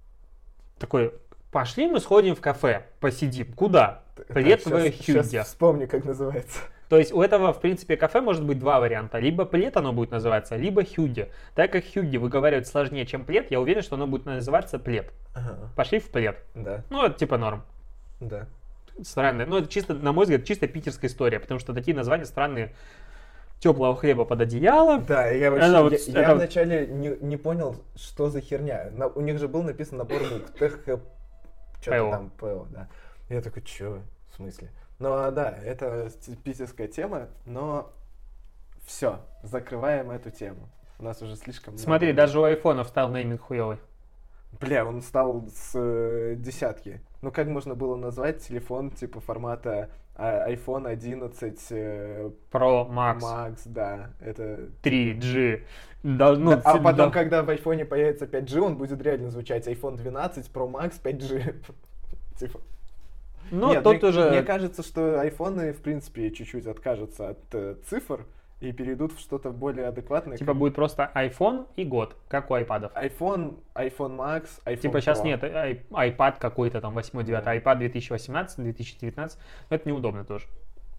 Speaker 1: такой, пошли мы сходим в кафе, посидим. Куда? «Плед
Speaker 2: Так,
Speaker 1: твоего
Speaker 2: щас-
Speaker 1: Хьюги».
Speaker 2: щас вспомню, как называется.
Speaker 1: То есть у этого, в принципе, кафе может быть два варианта. Либо плед оно будет называться, либо хюги. Так как хюги выговаривать сложнее, чем плед, я уверен, что оно будет называться плед.
Speaker 2: Ага.
Speaker 1: Пошли в плед.
Speaker 2: Да,
Speaker 1: Ну, это типа норм.
Speaker 2: да.
Speaker 1: Странно. Ну, это чисто, на мой взгляд, чисто питерская история, потому что такие названия странные. Теплого хлеба под одеяло.
Speaker 2: Да, я вообще,
Speaker 1: Это вот-
Speaker 2: я, я
Speaker 1: это-
Speaker 2: вначале не, не понял, что за херня. На- у них же был написан набор букв. ТХ, что-то
Speaker 1: ПО.
Speaker 2: там, ПО, да. Я такой, чё, в смысле? Ну, а, да, это с- питерская тема, но все, закрываем эту тему. У нас уже слишком много.
Speaker 1: Смотри, даже у айфонов стал нейминг хуёвый.
Speaker 2: Бля, он стал с э, десятки. Ну, как можно было назвать телефон типа формата а, айфон одиннадцать э,
Speaker 1: Pro Max
Speaker 2: Max, да, это...
Speaker 1: три джи. Должно,
Speaker 2: Да, а потом,
Speaker 1: да.
Speaker 2: когда в айфоне появится пять джи, он будет реально звучать айфон двенадцать Pro Max пять джи. Типа.
Speaker 1: Ну,
Speaker 2: Нет,
Speaker 1: тут
Speaker 2: мне,
Speaker 1: уже...
Speaker 2: мне кажется, что айфоны, в принципе, чуть-чуть откажутся от э, цифр и перейдут в что-то более адекватное.
Speaker 1: Типа
Speaker 2: как
Speaker 1: будет просто iPhone и год, как у айпадов.
Speaker 2: iPhone, iPhone Max, iPhone
Speaker 1: Типа сейчас
Speaker 2: Pro.
Speaker 1: нет ай- iPad какой-то там восьмой, девятый,
Speaker 2: Да.
Speaker 1: iPad две тысячи восемнадцать, две тысячи девятнадцать. Но это неудобно тоже.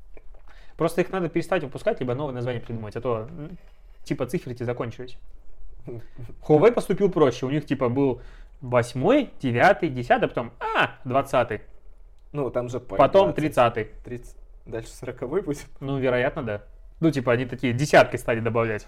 Speaker 1: Просто их надо перестать выпускать, либо новое название придумать, а то м, типа цифры эти закончились. Huawei поступил проще. У них типа был восьмой, девятый, десятый, потом а, двадцатый,
Speaker 2: Ну, там же по
Speaker 1: потом
Speaker 2: двадцать,
Speaker 1: тридцатый.
Speaker 2: тридцать. Дальше сороковой будет.
Speaker 1: Ну, вероятно, да. Ну, типа они такие десятки стали добавлять.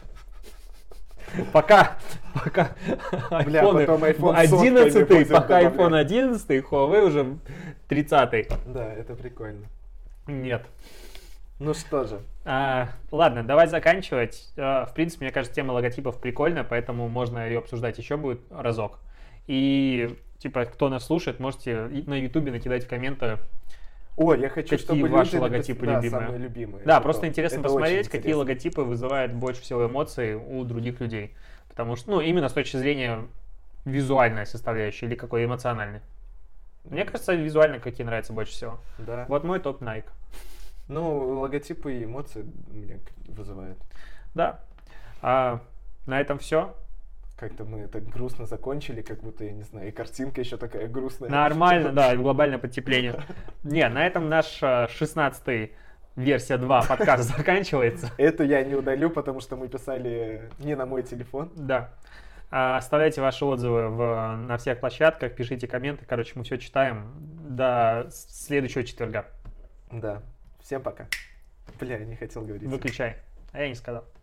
Speaker 1: Пока, пока
Speaker 2: Бля,
Speaker 1: iPhone
Speaker 2: потом iPhone сотками
Speaker 1: одиннадцать,
Speaker 2: будет
Speaker 1: пока
Speaker 2: добавлять.
Speaker 1: iPhone одиннадцать, Huawei уже тридцатый.
Speaker 2: Да, это прикольно.
Speaker 1: Нет.
Speaker 2: Ну что же.
Speaker 1: А, ладно, давай заканчивать. А, в принципе, мне кажется, тема логотипов прикольная, поэтому можно ее обсуждать еще будет разок. И, типа, кто нас слушает, можете и на Ютубе накидать в комменты.
Speaker 2: О, я хочу,
Speaker 1: Какие
Speaker 2: чтобы
Speaker 1: ваши
Speaker 2: люди
Speaker 1: логотипы
Speaker 2: напис- да,
Speaker 1: любимые?
Speaker 2: самые любимые.
Speaker 1: Да,
Speaker 2: Это
Speaker 1: просто
Speaker 2: то-
Speaker 1: интересно
Speaker 2: это очень
Speaker 1: посмотреть, какие
Speaker 2: интересно.
Speaker 1: логотипы вызывают больше всего эмоций у других людей. Потому что, ну, именно с точки зрения визуальной составляющей или какой эмоциональной. Мне кажется, визуально какие нравятся больше всего.
Speaker 2: Да.
Speaker 1: Вот мой топ Nike.
Speaker 2: Ну, логотипы и эмоции меня вызывают.
Speaker 1: Да. А, на этом все.
Speaker 2: Как-то мы так грустно закончили, как будто, я не знаю, и картинка еще такая грустная.
Speaker 1: Нормально, да, глобальное потепление. Не, на этом наш шестнадцатый версия два подкаст заканчивается.
Speaker 2: Это я не удалю, потому что мы писали не на мой телефон.
Speaker 1: Да. А, Оставляйте ваши отзывы в, на всех площадках, пишите комменты. Короче, мы все читаем. До следующего четверга.
Speaker 2: Да. Всем пока. Бля, я не хотел говорить.
Speaker 1: Выключай. А я не сказал.